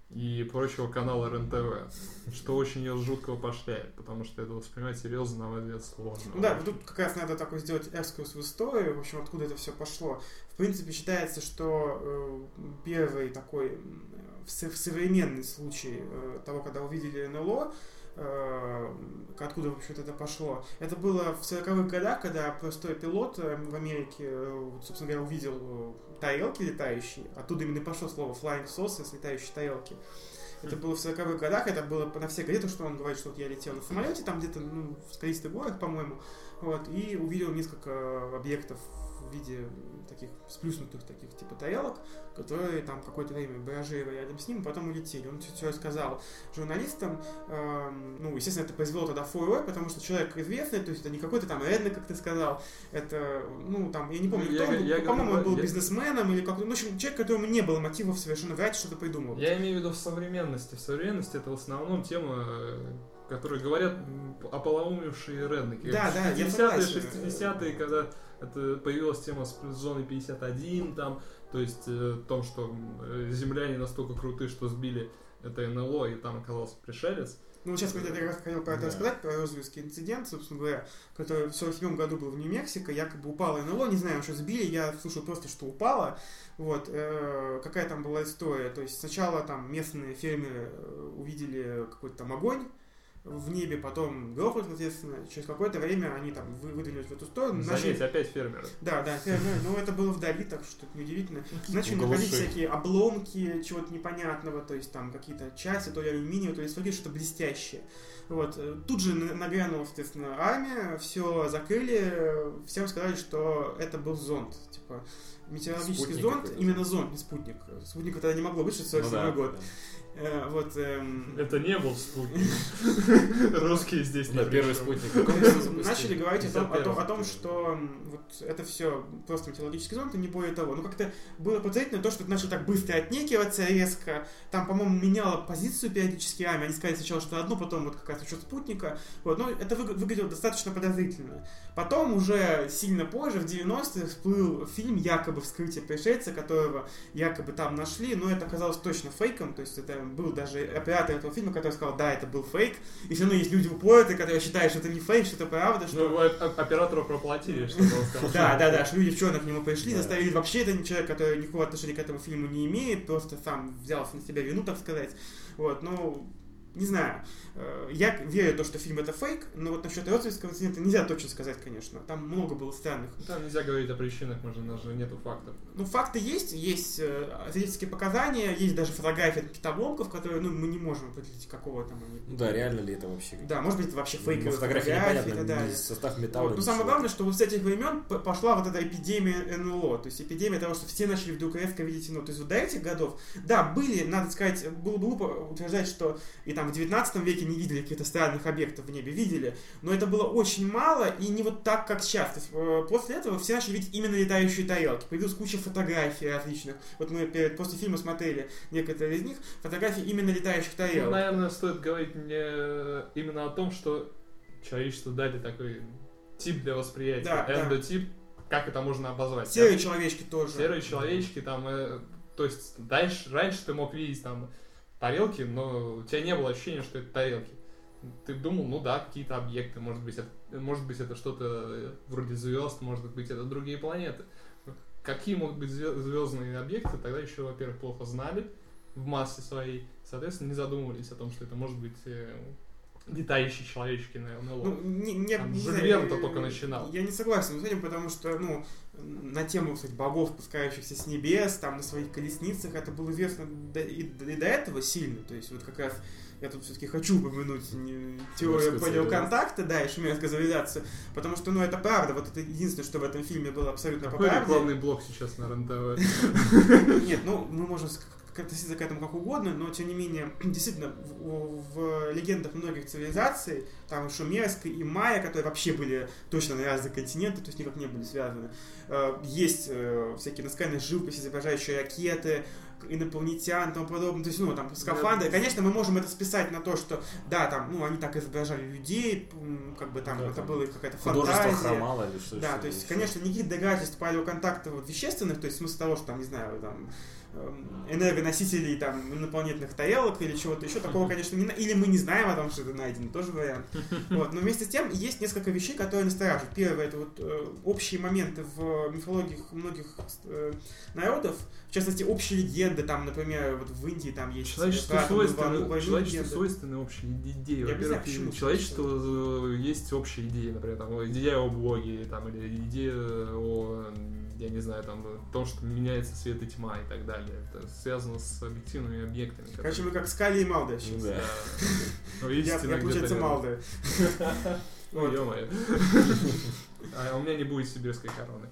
и прочего канала РЕН-ТВ, что очень ее жутко упошляет, потому что это воспринимать серьезно, на мой взгляд, сложно. Ну да, тут как раз надо такой сделать экскурс в историю, в общем, откуда это все пошло. В принципе, считается, что первый такой современный случай того, когда увидели НЛО, откуда, в общем-то, это пошло. Это было в 40-х годах, когда простой пилот в Америке, собственно говоря, увидел тарелки летающие. Оттуда именно и пошло слово flying saucers, летающие тарелки. Это было в 40-х годах, это было на всех газетах, что он говорит, что вот я летел на самолете, там где-то в скалистых горах, по-моему, вот, и увидел несколько объектов в виде таких сплюснутых таких типа тарелок, которые там какое-то время баражировали рядом с ним, и потом улетели. Он все рассказал журналистам. Естественно, это произвело тогда фурор, потому что человек известный, то есть это не какой-то там Реднек, как ты сказал, это, там, я не помню, кто он, по-моему, он был бизнесменом или как-то, в общем, человек, которому не было мотивов совершенно врать, что-то придумывать. Я имею в виду в современности. В современности это в основном тема, которые говорят о полоумевшие реднеки. Да, я согласен. 60-е, когда это появилась тема с зоной 51, там, то есть о том, что земляне настолько крутые, что сбили это НЛО, и там оказался пришелец. Сейчас я как раз хотел про это рассказать, про Розвиллский инцидент, собственно говоря, который в 1947 году был в Нью-Мексико, якобы упало НЛО, не знаю, что сбили, я слышал просто, что упало. Вот, какая там была история, то есть сначала там местные фермеры увидели какой-то там огонь в небе, потом грохот, соответственно, через какое-то время они там выдвинулись в эту сторону. Заметьте, опять фермеры. Да, фермеры, но это было вдали, так что это неудивительно. Начали находить всякие обломки чего-то непонятного, то есть там какие-то части, то ли алюминия, то ли фольги, что-то блестящее. Вот. Тут же нагрянула, соответственно, армия, все закрыли, всем сказали, что это был зонд, типа метеорологический спутник зонд, какой-то. Именно зонд, не спутник. Спутника тогда не могло быть, что 47 год. Да. Это не был спутник. Русские здесь не первый пришел. спутник. Начали говорить о том, что вот это все просто метеорологический зонд, и не более того. Ну, как-то было подозрительно то, что это начало так быстро отнекиваться резко. Там, по-моему, меняла позицию периодически армия. Они сказали сначала, что одну, потом вот как раз насчет спутника. Вот. Но это выглядело достаточно подозрительно. Потом, уже сильно позже, в 90-х, всплыл фильм якобы «Вскрытие пришельца», которого якобы там нашли, но это оказалось точно фейком. То есть это был даже оператор этого фильма, который сказал, да, это был фейк. И все равно есть люди упоротые, которые считают, что это не фейк, что это правда. Что... Ну, оператору проплатили, чтобы он сказал. Да, что люди в черных к нему пришли, заставили. Вообще это не человек, который никакого отношения к этому фильму не имеет, просто сам взял на себя вину, так сказать. Вот, не знаю. Я верю в то, что фильм это фейк, но вот насчет Розвиллского инцидента нельзя точно сказать, конечно. Там много было странных. Там нельзя говорить о причинах, даже нету фактов. Факты есть свидетельские показания, есть даже фотографии от китобломков, которые, мы не можем определить, какого там они. Да, реально ли это вообще? Да, может быть, это вообще фейковые фотографии фотографии и так непонятно, далее. состав металла. Но самое главное, что вот с этих времен пошла вот эта эпидемия НЛО, то есть эпидемия того, что все начали вдруг резко видеть НЛО. То есть вот до этих годов, да, были, надо сказать, было бы глупо утверждать, что и там в 19 веке не видели каких-то странных объектов в небе, видели, но это было очень мало и не вот так, как сейчас. То есть, после этого все начали видеть именно летающие тарелки. Появилась куча фотографий различных. Вот мы после фильма смотрели некоторые из них, фотографии именно летающих тарелок. Наверное, стоит говорить не именно о том, что человечеству дали такой тип для восприятия, эндотип, как это можно обозвать. Серые человечки тоже. Серые человечки, там, то есть раньше ты мог видеть там тарелки, но у тебя не было ощущения, что это тарелки. Ты думал, какие-то объекты, может быть это что-то вроде звезд, может быть это другие планеты. Какие могут быть звездные объекты, тогда еще, во-первых, плохо знали в массе своей, соответственно, не задумывались о том, что это может быть летающие человечки на НЛО. Жюль Верн-то только начинал. Я не согласен с этим, потому что, на тему, кстати, богов, спускающихся с небес, там, на своих колесницах, это было известно и до этого сильно. То есть, вот как раз я тут все-таки хочу упомянуть теорию палеоконтакта, и шумерскую цивилизацию, потому что, это правда, вот это единственное, что в этом фильме было абсолютно по правде. Какой рекламный блок сейчас на РЕН-ТВ? Нет, мы можем относиться к этому как угодно, но тем не менее, действительно, в легендах многих цивилизаций, там и шумерской, и майя, которые вообще были точно на разных континентах, то есть никак не были связаны, есть всякие наскальные живописи, изображающие ракеты, инопланетян и тому подобное, то есть, там, скафандры. Конечно, мы можем это списать на то, что, да, там, они так изображали людей, как бы там, это была какая-то фантазия. Хромало или что-то. Да, то есть, конечно, никаких доказательств палеоконтактов вещественных, то есть, смысл того, что, там, не знаю, там, энергоносителей, там, инопланетных тарелок или чего-то еще. Такого, конечно, или мы не знаем о том, что это найдено, тоже вариант. Вот. Но вместе с тем есть несколько вещей, которые настораживают. Первое, это вот общие моменты в мифологиях многих народов, в частности, общие легенды, там, например, вот в Индии там есть... Человечеству свойственны общие идеи. Во-первых, человечеству есть общие идеи, например, там, идея о Боге, там, или идея о, я не знаю, там, о том, что меняется свет и тьма и так далее. Это связано с объективными объектами. Короче, мы как Скали и Малда сейчас. Да. Я, получается, Малда. Ой, ё-моё. А у меня не будет сибирской короны.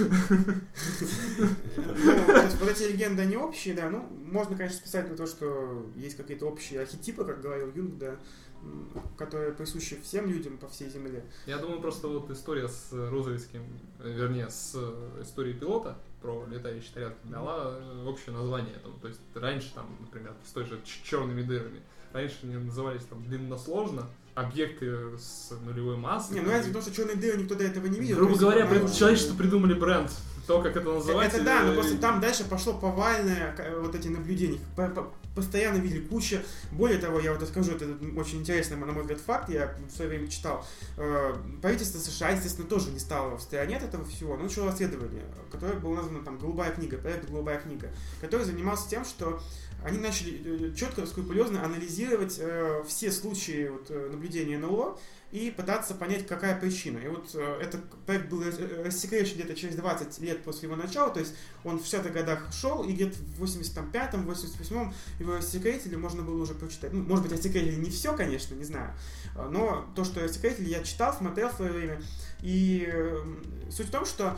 То есть вот эти легенды, они общие, да. Ну, можно, конечно, списать на то, что есть какие-то общие архетипы, как говорил Юнг, да, которые присущи всем людям по всей Земле. Я думаю, просто вот история с Рузвельтским, вернее, с историей пилота про летающие тарелки дала общее название. То есть раньше, там, например, с той же черными дырами, раньше они назывались там длинносложно, объекты с нулевой массой. Не, ну это потому, что черные дыры никто до этого не видел. Грубо говоря, человечество придумали бренд. То, как это называется. Это да, но просто там дальше пошло повальное вот эти наблюдения. Постоянно видели кучу. Более того, я вот расскажу, это очень интересный, на мой взгляд, факт, я в свое время читал. Правительство США, естественно, тоже не стало в стороне от этого всего, но начало расследование, которое было названо там «Голубая книга», проект «Голубая книга», который занимался тем, что они начали четко, скрупулезно анализировать все случаи вот, наблюдения НЛО и пытаться понять, какая причина. И вот этот проект был рассекречен где-то через 20 лет после его начала, то есть он в 60-х годах шел, и где-то в 85-м, 88-м его рассекретили, можно было уже прочитать. Ну, может быть, рассекретили не все, конечно, не знаю, но то, что рассекретили, я читал, смотрел в свое время. И суть в том, что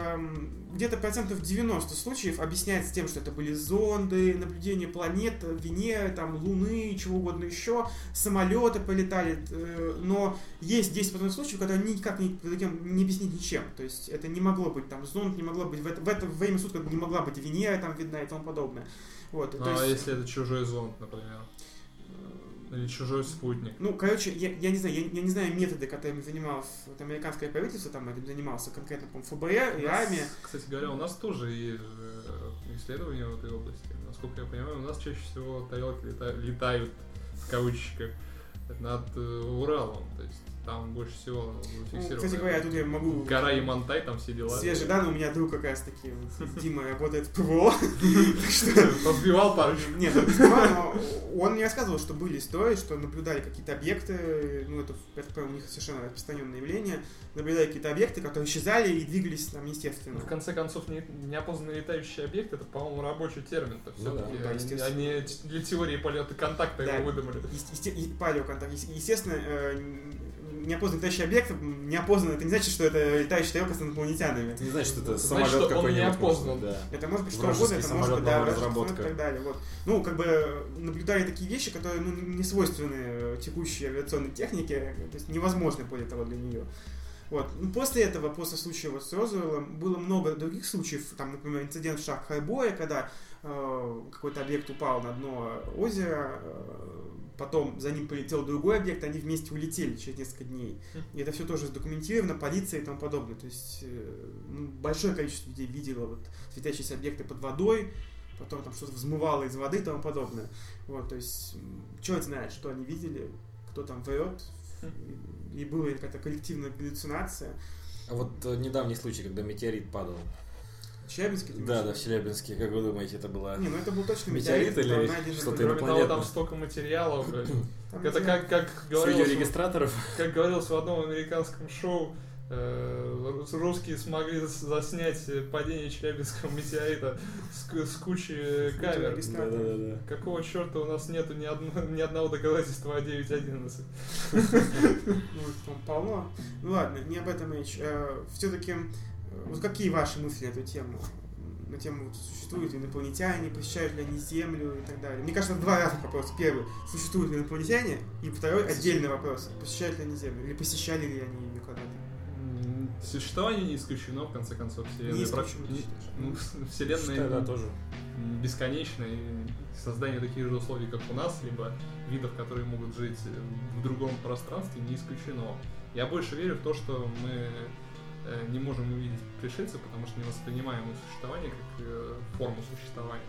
где-то 90% случаев объясняется тем, что это были зонды, наблюдение планет, Венеры, там, Луны, чего угодно еще, самолеты полетали, но есть 10% случаев, которые никак не объяснить ничем. То есть это не могло быть там зонд, не могло быть в это время суток не могла быть Венера там видна и тому подобное. Вот, а есть, если это чужой зонд, например? Или чужой спутник. Ну, короче, я не знаю, я не знаю методы, которыми занималось вот, американское правительство, там этим занимался конкретно, по-моему, ФБР и армия. Кстати говоря, у нас тоже есть исследования в этой области. Насколько я понимаю, у нас чаще всего тарелки летают, в кавычках, над Уралом. То есть там больше всего зафиксировано. Кстати говоря, тут я могу... Гора Ямантай, там все дела. Свежие данные, у меня друг как раз таки, Дима работает в ПВО. Подбивал парочку. Нет, он не сбивал, но он мне рассказывал, что были истории, что наблюдали какие-то объекты, ну это у них совершенно распространенное явление, наблюдали какие-то объекты, которые исчезали и двигались там естественно. В конце концов, неопознанный летающий объект, это, по-моему, рабочий термин. Все-таки они для теории полета контакта его выдумали. Палеоконтакт. Естественно, неопознанный летающий объект, неопознанный, это не значит, что это летающая тарелка с инопланетянами. Это не значит, что это самолет какой-нибудь. Не опознан. Да. Это может быть что угодно, это может быть, да, разработка. И так далее. Вот. Ну, как бы наблюдали такие вещи, которые не свойственны текущей авиационной технике, то есть невозможны более того для нее. Вот. После этого, после случая вот с Розуэллом, было много других случаев, там, например, инцидент в Шах-Хайбое, когда какой-то объект упал на дно озера, потом за ним полетел другой объект, они вместе улетели через несколько дней. И это все тоже задокументировано, полиция и тому подобное. То есть большое количество людей видело вот светящиеся объекты под водой, потом там что-то взмывало из воды и тому подобное. Вот, то есть черт знает, что они видели, кто там врет, и была какая-то коллективная галлюцинация. А вот недавний случай, когда метеорит падал. В Челябинске? Да, в Челябинске. Как вы думаете, это была... Не, ну это был точно метеорит или что-то инопланетное? Там столько материалов. Это как говорилось... Видеорегистраторов? Как говорилось в одном американском шоу, русские смогли заснять падение Челябинского метеорита с кучей камер. Да. Какого черта у нас нету ни одного доказательства о 9.11? Ну, полно. Ну ладно, не об этом речь. Все-таки, вот какие ваши мысли на эту тему? На тему, существуют ли инопланетяне, посещают ли они Землю и так далее. Мне кажется, два разных вопроса. Первый, существуют ли инопланетяне? И второй, отдельный вопрос, посещают ли они Землю? Или посещали ли они ее когда-то? Существование не исключено, в конце концов. Вселенная тоже бесконечна, и создание таких же условий, как у нас, либо видов, которые могут жить в другом пространстве, не исключено. Я больше верю в то, что мы не можем увидеть пришельцев, потому что не воспринимаем их существование как форму существования.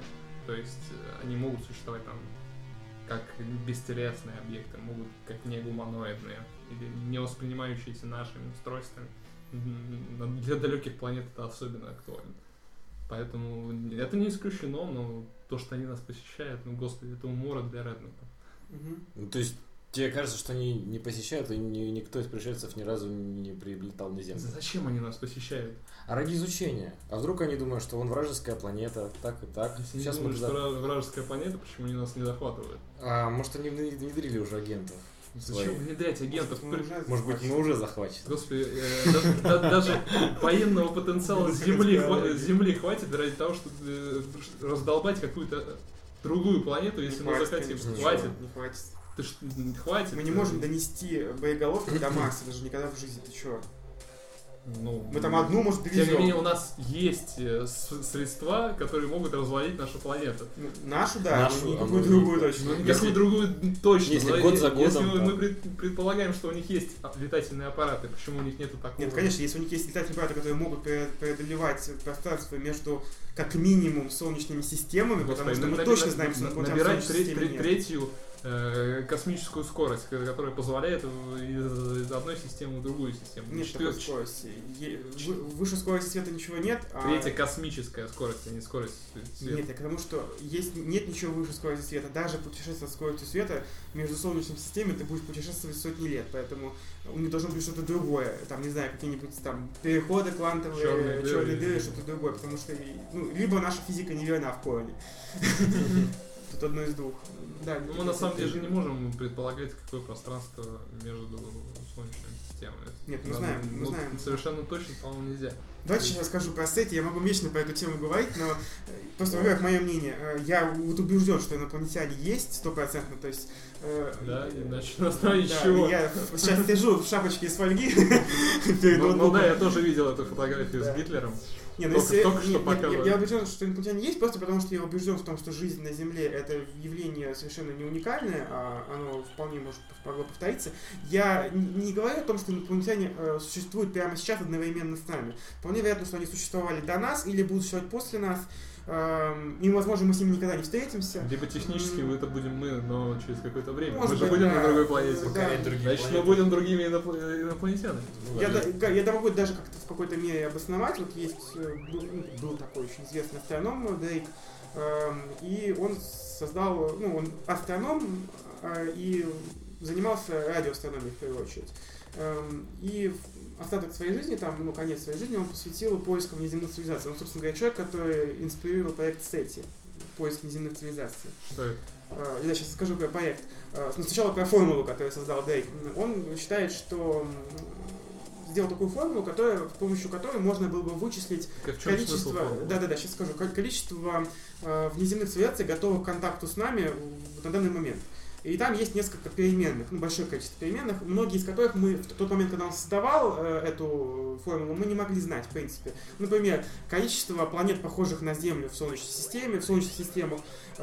То есть они могут существовать там как бестелесные объекты, могут как негуманоидные или не воспринимающиеся нашими устройствами. Для далеких планет это особенно актуально. Поэтому это не исключено, но то, что они нас посещают, ну, господи, это умора для Реднета. Ну, то есть тебе кажется, что они не посещают, и никто из пришельцев ни разу не прилетал на Землю? Зачем они нас посещают? А ради изучения. А вдруг они думают, что вон вражеская планета, так и так. Если Сейчас они мы думают, туда... что вражеская планета, почему они нас не захватывают? А может, они внедрили уже агентов? Зачем внедрять агентов? Может быть, мы уже захвачены. Господи, даже военного потенциала Земли хватит ради того, чтобы раздолбать какую-то другую планету, если мы захотим. Хватит. Не хватит. Ты ж, хватит. Мы не можем донести боеголовки до Марса, даже никогда в жизни. Ты чё? Ну, Мы там одну, может, довезем. Тем не менее, у нас есть средства, которые могут развалить нашу планету. Нашу, да, нашу, но никакую другую точно. Ну, никакую другую точно. Если год за годом. Если мы предполагаем, что у них есть летательные аппараты, почему у них нету такого? Нет, конечно, если у них есть летательные аппараты, которые могут преодолевать пространство между, как минимум, солнечными системами, потому что мы точно знаем, что набирать третью космическую скорость, которая позволяет из одной системы в другую систему. Нет такой скорости. Выше скорости света ничего нет. Третья космическая скорость, а не скорость света. Нет, потому что нет ничего выше скорости света. Даже путешествие со скоростью света между солнечными системами ты будешь путешествовать сотни лет, поэтому у них должно быть что-то другое. Там, не знаю, какие-нибудь там переходы квантовые, черные дыры, что-то другое, потому что либо наша физика неверна в корне. Тут одно из двух. Да, мы на самом деле же не можем предполагать, какое пространство между солнечными системами. Нет, мы знаем. Совершенно точно, по-моему, нельзя. Давайте сейчас расскажу про сети. Я могу вечно по эту тему говорить, но просто, во-первых, мое мнение. Я вот убежден, что инопланетяне есть 100%, то есть... Да, иначе на основании чего? Я сейчас сижу в шапочке из фольги. Ну да, я тоже видел эту фотографию с Гитлером. Я убежден, что инопланетяне есть, просто потому что я убежден в том, что жизнь на Земле это явление совершенно не уникальное, а оно вполне может повториться. Я не говорю о том, что инопланетяне существуют прямо сейчас одновременно с нами. Вполне вероятно, что они существовали до нас или будут существовать после нас. И, возможно, мы с ними никогда не встретимся. Либо технически это будем мы, но через какое-то время. Может мы же будем на другой планете. Значит, мы будем другими инопланетянами. Я могу даже как-то в какой-то мере обосновать. Вот есть был такой очень известный астроном Дрейк, и он создал, он астроном и занимался радиоастрономией в первую очередь. И остаток своей жизни, конец своей жизни он посвятил поискам внеземных цивилизаций. Он, собственно говоря, человек, который инспирировал проект SETI, поиск внеземных цивилизаций. Что это? Я сейчас скажу про проект. Сначала про формулу, которую создал Дрейк. Он считает, что сделал такую формулу, с помощью которой можно было бы вычислить количество... Да, сейчас скажу. Количество внеземных цивилизаций, готовых к контакту с нами на данный момент. И там есть несколько переменных, большое количество переменных, многие из которых мы в тот момент, когда он создавал эту формулу, мы не могли знать, в принципе. Например, количество планет, похожих на Землю в Солнечной системе, в Солнечных системах,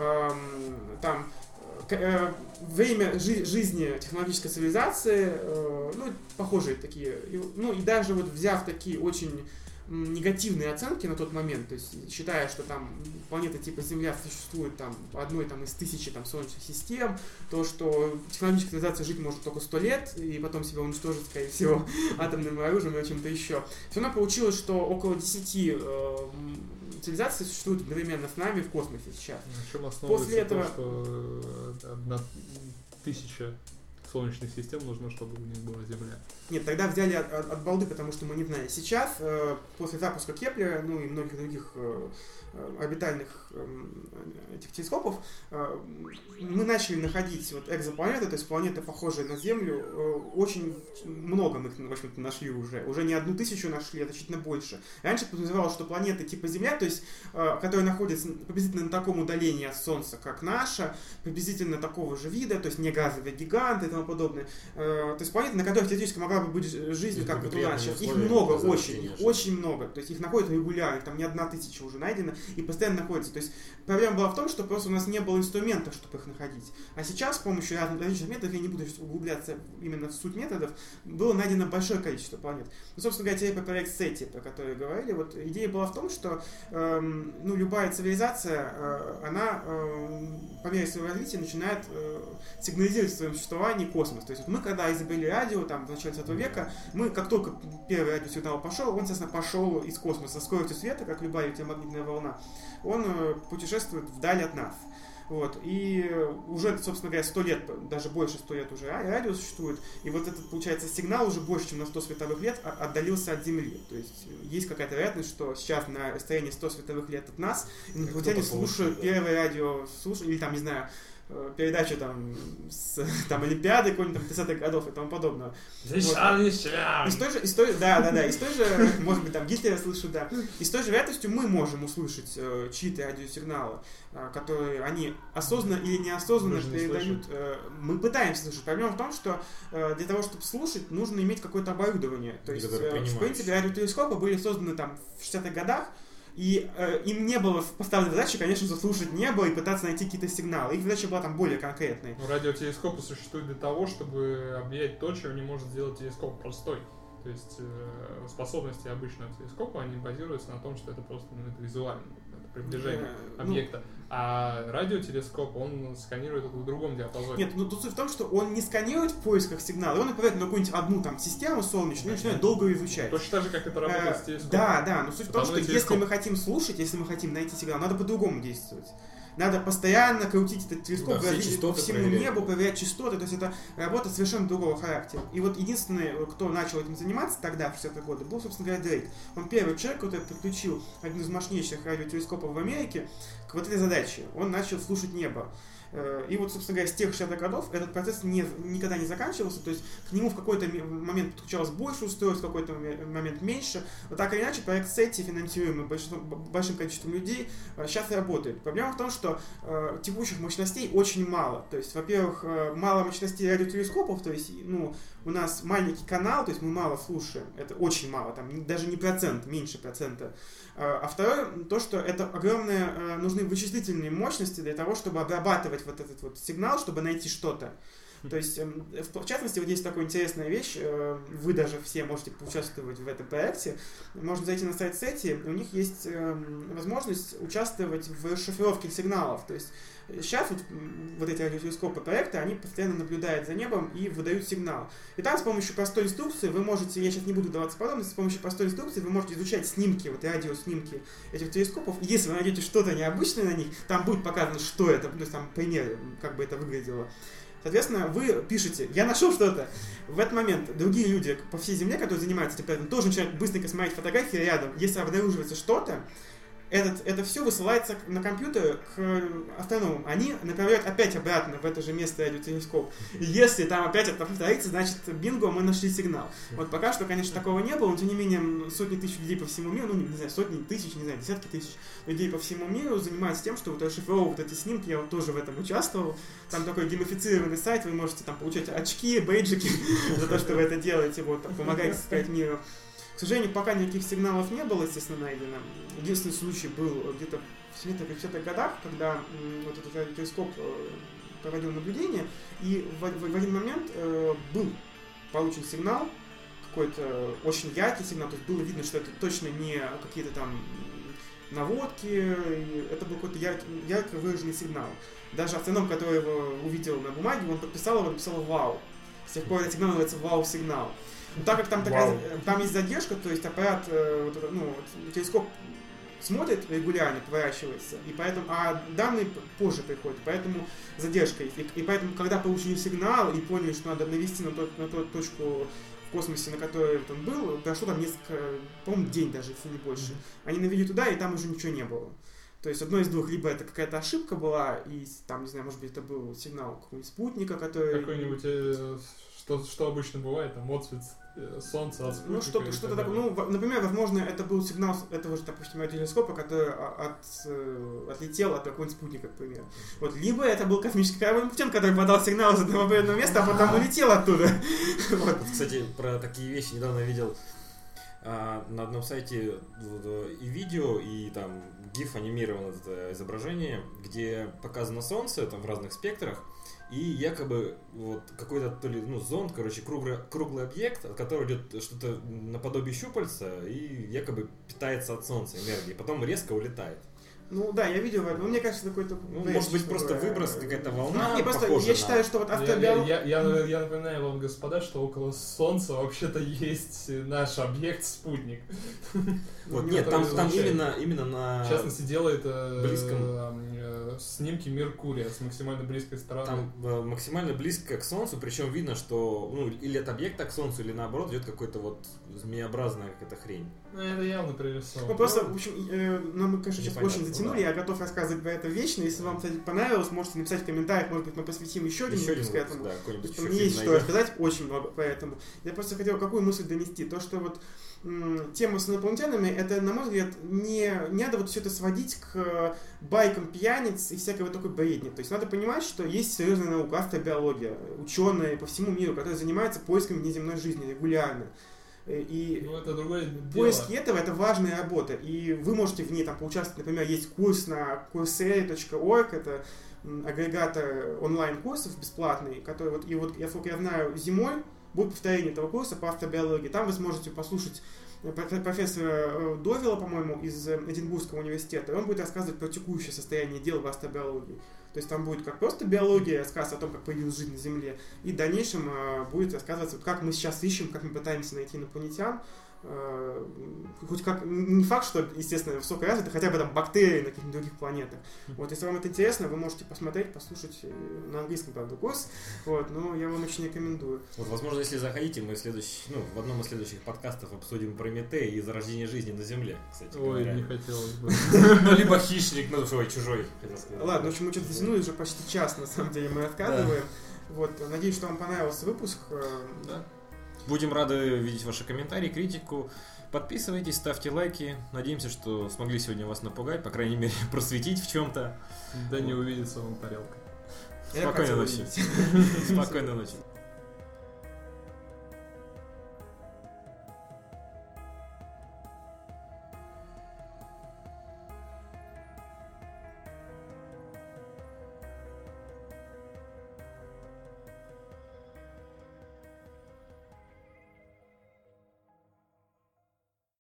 время жизни технологической цивилизации, похожие такие. И даже вот взяв такие очень негативные оценки на тот момент, то есть считая, что там планета типа Земля существует одной из 1000 солнечных систем, то, что технологическая цивилизация жить может только 100 лет, и потом себя уничтожить, скорее всего, атомным оружием или чем-то еще. Все равно получилось, что около 10 цивилизаций существуют одновременно с нами в космосе сейчас. На чем основывается после этого... то, что 1000 солнечных систем нужно, чтобы у них была Земля? Нет, тогда взяли от балды, потому что мы не знали. Сейчас, после запуска Кеплера, и многих других орбитальных этих телескопов, мы начали находить экзопланеты, то есть планеты, похожие на Землю. Очень много мы их, в общем-то, нашли уже. Уже не 1000 нашли, а значительно больше. Раньше подразумевалось, что планеты типа Земля, то есть, которые находятся приблизительно на таком удалении от Солнца, как наша, приблизительно такого же вида, то есть не газовые гиганты и тому подобное. То есть планеты, на которых теоретически могла бы быть жизнь, как вот у нас сейчас. Их много, очень много. То есть их находят регулярно, там не 1000 уже найдено, и постоянно находятся. То есть проблема была в том, что просто у нас не было инструментов, чтобы их находить. А сейчас с помощью различных методов, я не буду углубляться именно в суть методов, было найдено большое количество планет. Ну, собственно говоря, теперь про проект SETI, про который говорили, вот идея была в том, что любая цивилизация, она по мере своего развития начинает сигнализировать в своем существовании космос. То есть вот мы, когда изобрели радио, там, в начале 20 века, мы, как только первый радиосигнал пошел, он, естественно, пошел из космоса со скоростью света, как любая электромагнитная волна, он путешествует вдаль от нас. Вот. И уже, собственно говоря, 100 лет, даже больше 100 лет уже радио существует. И вот этот, получается, сигнал уже больше, чем на 100 световых лет отдалился от Земли. То есть есть какая-то вероятность, что сейчас на расстоянии 100 световых лет от нас инопланетяне слушают первое радио, или там, не знаю, передачу там с Олимпиады какой-нибудь там 30-х годов и тому подобного. Вот. Из той же, может быть, там Гитлера слышат, да. И с той же вероятностью мы можем услышать чьи-то радиосигналы, которые они осознанно или неосознанно передают. Мы пытаемся слышать. Проблема в том, что для того, чтобы слушать, нужно иметь какое-то оборудование. То есть, в принципе, радиотелескопы были созданы там в 60-х годах, и им не было поставленной задачи, конечно, заслушать небо и пытаться найти какие-то сигналы. Их задача была там более конкретной. Но радиотелескопы существуют для того, чтобы объять то, чего не может сделать телескоп простой. То есть способности обычного телескопа, они базируются на том, что это просто это визуально, это приближение объекта. А радиотелескоп, он сканирует это в другом диапазоне. Нет, тут суть в том, что он не сканирует в поисках сигнала, он направляет на какую-нибудь одну там систему солнечную и начинает долго ее изучать. Точно так же, как это работает с телескопом. Да, но суть в том, что если мы хотим слушать, если мы хотим найти сигнал, надо по-другому действовать. Надо постоянно крутить этот телескоп, по всему небу, проверять частоты, то есть это работа совершенно другого характера. И вот единственный, кто начал этим заниматься тогда, в 60-е годы, был, собственно говоря, Дрейк. Он первый человек, который подключил один из мощнейших радиотелескопов в Америке к вот этой задаче. Он начал слушать небо. И вот, собственно говоря, с тех 60-х годов этот процесс никогда не заканчивался, то есть к нему в какой-то момент подключалось больше устройств, в какой-то момент меньше. Но так или иначе, проект SETI, финансируемый большим количеством людей, сейчас работает. Проблема в том, что текущих мощностей очень мало. То есть, во-первых, мало мощностей радиотелескопов, то есть, у нас маленький канал, то есть мы мало слушаем, это очень мало, там даже не процент, меньше процента. А второе, то, что это огромные, нужны вычислительные мощности для того, чтобы обрабатывать вот этот вот сигнал, чтобы найти что-то. То есть, в частности, вот есть такая интересная вещь, вы даже все можете поучаствовать в этом проекте, можно зайти на сайт SETI, у них есть возможность участвовать в расшифровке сигналов, то есть сейчас вот эти радиотелескопы проекта, они постоянно наблюдают за небом и выдают сигнал. И там с помощью простой инструкции вы можете, я сейчас не буду даваться подробности, с помощью простой инструкции вы можете изучать снимки, вот радиоснимки этих телескопов. И если вы найдете что-то необычное на них, там будет показано, что это, то есть там пример, как бы это выглядело. Соответственно, вы пишете, я нашел что-то. В этот момент другие люди по всей Земле, которые занимаются этим проектом, тоже начинают быстренько смотреть фотографии рядом. Если обнаруживается что-то, это все высылается на компьютер к астрономам. Они направляют опять обратно в это же место радиотелескоп. И если там опять это повторится, значит, бинго, мы нашли сигнал. Вот пока что, конечно, такого не было, но тем не менее сотни тысяч людей по всему миру, не знаю, сотни тысяч, не знаю, десятки тысяч людей по всему миру занимаются тем, что вот расшифровывают эти снимки. Я вот тоже в этом участвовал. Там такой геймифицированный сайт, вы можете там получать очки, бейджики за то, что вы это делаете, вот, помогаете сказать миру. К сожалению, пока никаких сигналов не было, естественно, найдено. Единственный случай был где-то в 70-х годах, когда вот этот радиотелескоп проводил наблюдение, и в один момент был получен сигнал, какой-то очень яркий сигнал, то есть было видно, что это точно не какие-то там наводки, это был какой-то ярко выраженный сигнал. Даже астроном, который его увидел на бумаге, он подписал его, написал «Вау». С тех пор этот сигнал называется «Вау-сигнал». Но так как там есть задержка, то есть аппарат, телескоп смотрит регулярно, поворачивается, и поэтому, а данные позже приходят, поэтому задержка есть. И поэтому, когда получили сигнал и поняли, что надо навести на ту точку в космосе, на которой он был, прошло там несколько, по-моему, день даже, если не больше. Они навели туда, и там уже ничего не было. То есть одно из двух, либо это какая-то ошибка была, и там, не знаю, может быть, это был сигнал какого-нибудь спутника, который... Какой-нибудь, что обычно бывает, там, отсвет Солнца от спутника. Ну, что-то такое. Ну, например, возможно, это был сигнал этого же, допустим, телескопа, который отлетел от какого-нибудь спутника, к примеру. Вот, либо это был космический корабль Путин, который подал сигнал из одного определенного места, а потом улетел оттуда. Вот, кстати, про такие вещи недавно видел на одном сайте и видео, и там GIF анимировано это изображение, где показано Солнце там в разных спектрах, и якобы вот какой-то то ли зонд, короче, круглый объект, от которого идет что-то наподобие щупальца и якобы питается от Солнца энергией, потом резко улетает. Ну да, я видел это, но мне кажется, какой-то... может быть, просто выброс, какая-то волна. Я считаю, что вот автобиология... Я напоминаю вам, господа, что около Солнца вообще-то есть наш объект, спутник. Вот, нет, там именно на... В частности, делает близком... снимки Меркурия с максимально близкой стороны. Там максимально близко к Солнцу, причем видно, что или от объекта к Солнцу, или наоборот идет какой-то вот змееобразная какая-то хрень. Ну, это явно прорисовано. Ну, просто, в общем, мы, конечно, сейчас очень затянули, я готов рассказывать про это вечно. Если вам, кстати, понравилось, можете написать в комментариях, может быть, мы посвятим еще один выпуск этому. Да, мне есть что рассказать, очень много по этому. Я просто хотел какую мысль донести. То, что вот тема с инопланетянами, это, на мой взгляд, не надо вот все это сводить к байкам пьяниц и всякой вот такой бредни. То есть надо понимать, что есть серьезная наука, астробиология, ученые по всему миру, которые занимаются поисками внеземной жизни регулярно. И это другое поиски дело. этого — это важная работа, и вы можете в ней там поучаствовать. Например, есть курс на coursera.org, это агрегатор онлайн-курсов бесплатный, который вот, насколько я знаю, зимой будет повторение этого курса по астробиологии. Там вы сможете послушать профессора Довела, по-моему, из Эдинбургского университета, и он будет рассказывать про текущее состояние дел в астробиологии. То есть там будет как просто биология, рассказ о том, как появилась жизнь на Земле, и в дальнейшем будет рассказываться, как мы сейчас ищем, как мы пытаемся найти инопланетян. Хоть как, не факт, что, естественно, высокоразвито, хотя бы там бактерии на каких-нибудь других планетах. Вот, если вам это интересно, вы можете посмотреть, послушать на английском, правда, курс. Вот, но я вам очень рекомендую. Вот, возможно, если захотите, мы в одном из следующих подкастов обсудим Прометея и зарождение жизни на Земле, кстати говоря. Ой, не хотелось бы. Либо хищник, чужой, хотел сказать. Ладно, в общем, мы что-то затянули уже почти час, на самом деле, мы рассказываем. Вот, надеюсь, что вам понравился выпуск. Да. Будем рады видеть ваши комментарии, критику. Подписывайтесь, ставьте лайки. Надеемся, что смогли сегодня вас напугать, по крайней мере, просветить в чем-то. Да не увидится вам тарелка. Спокойной ночи. Спокойной ночи.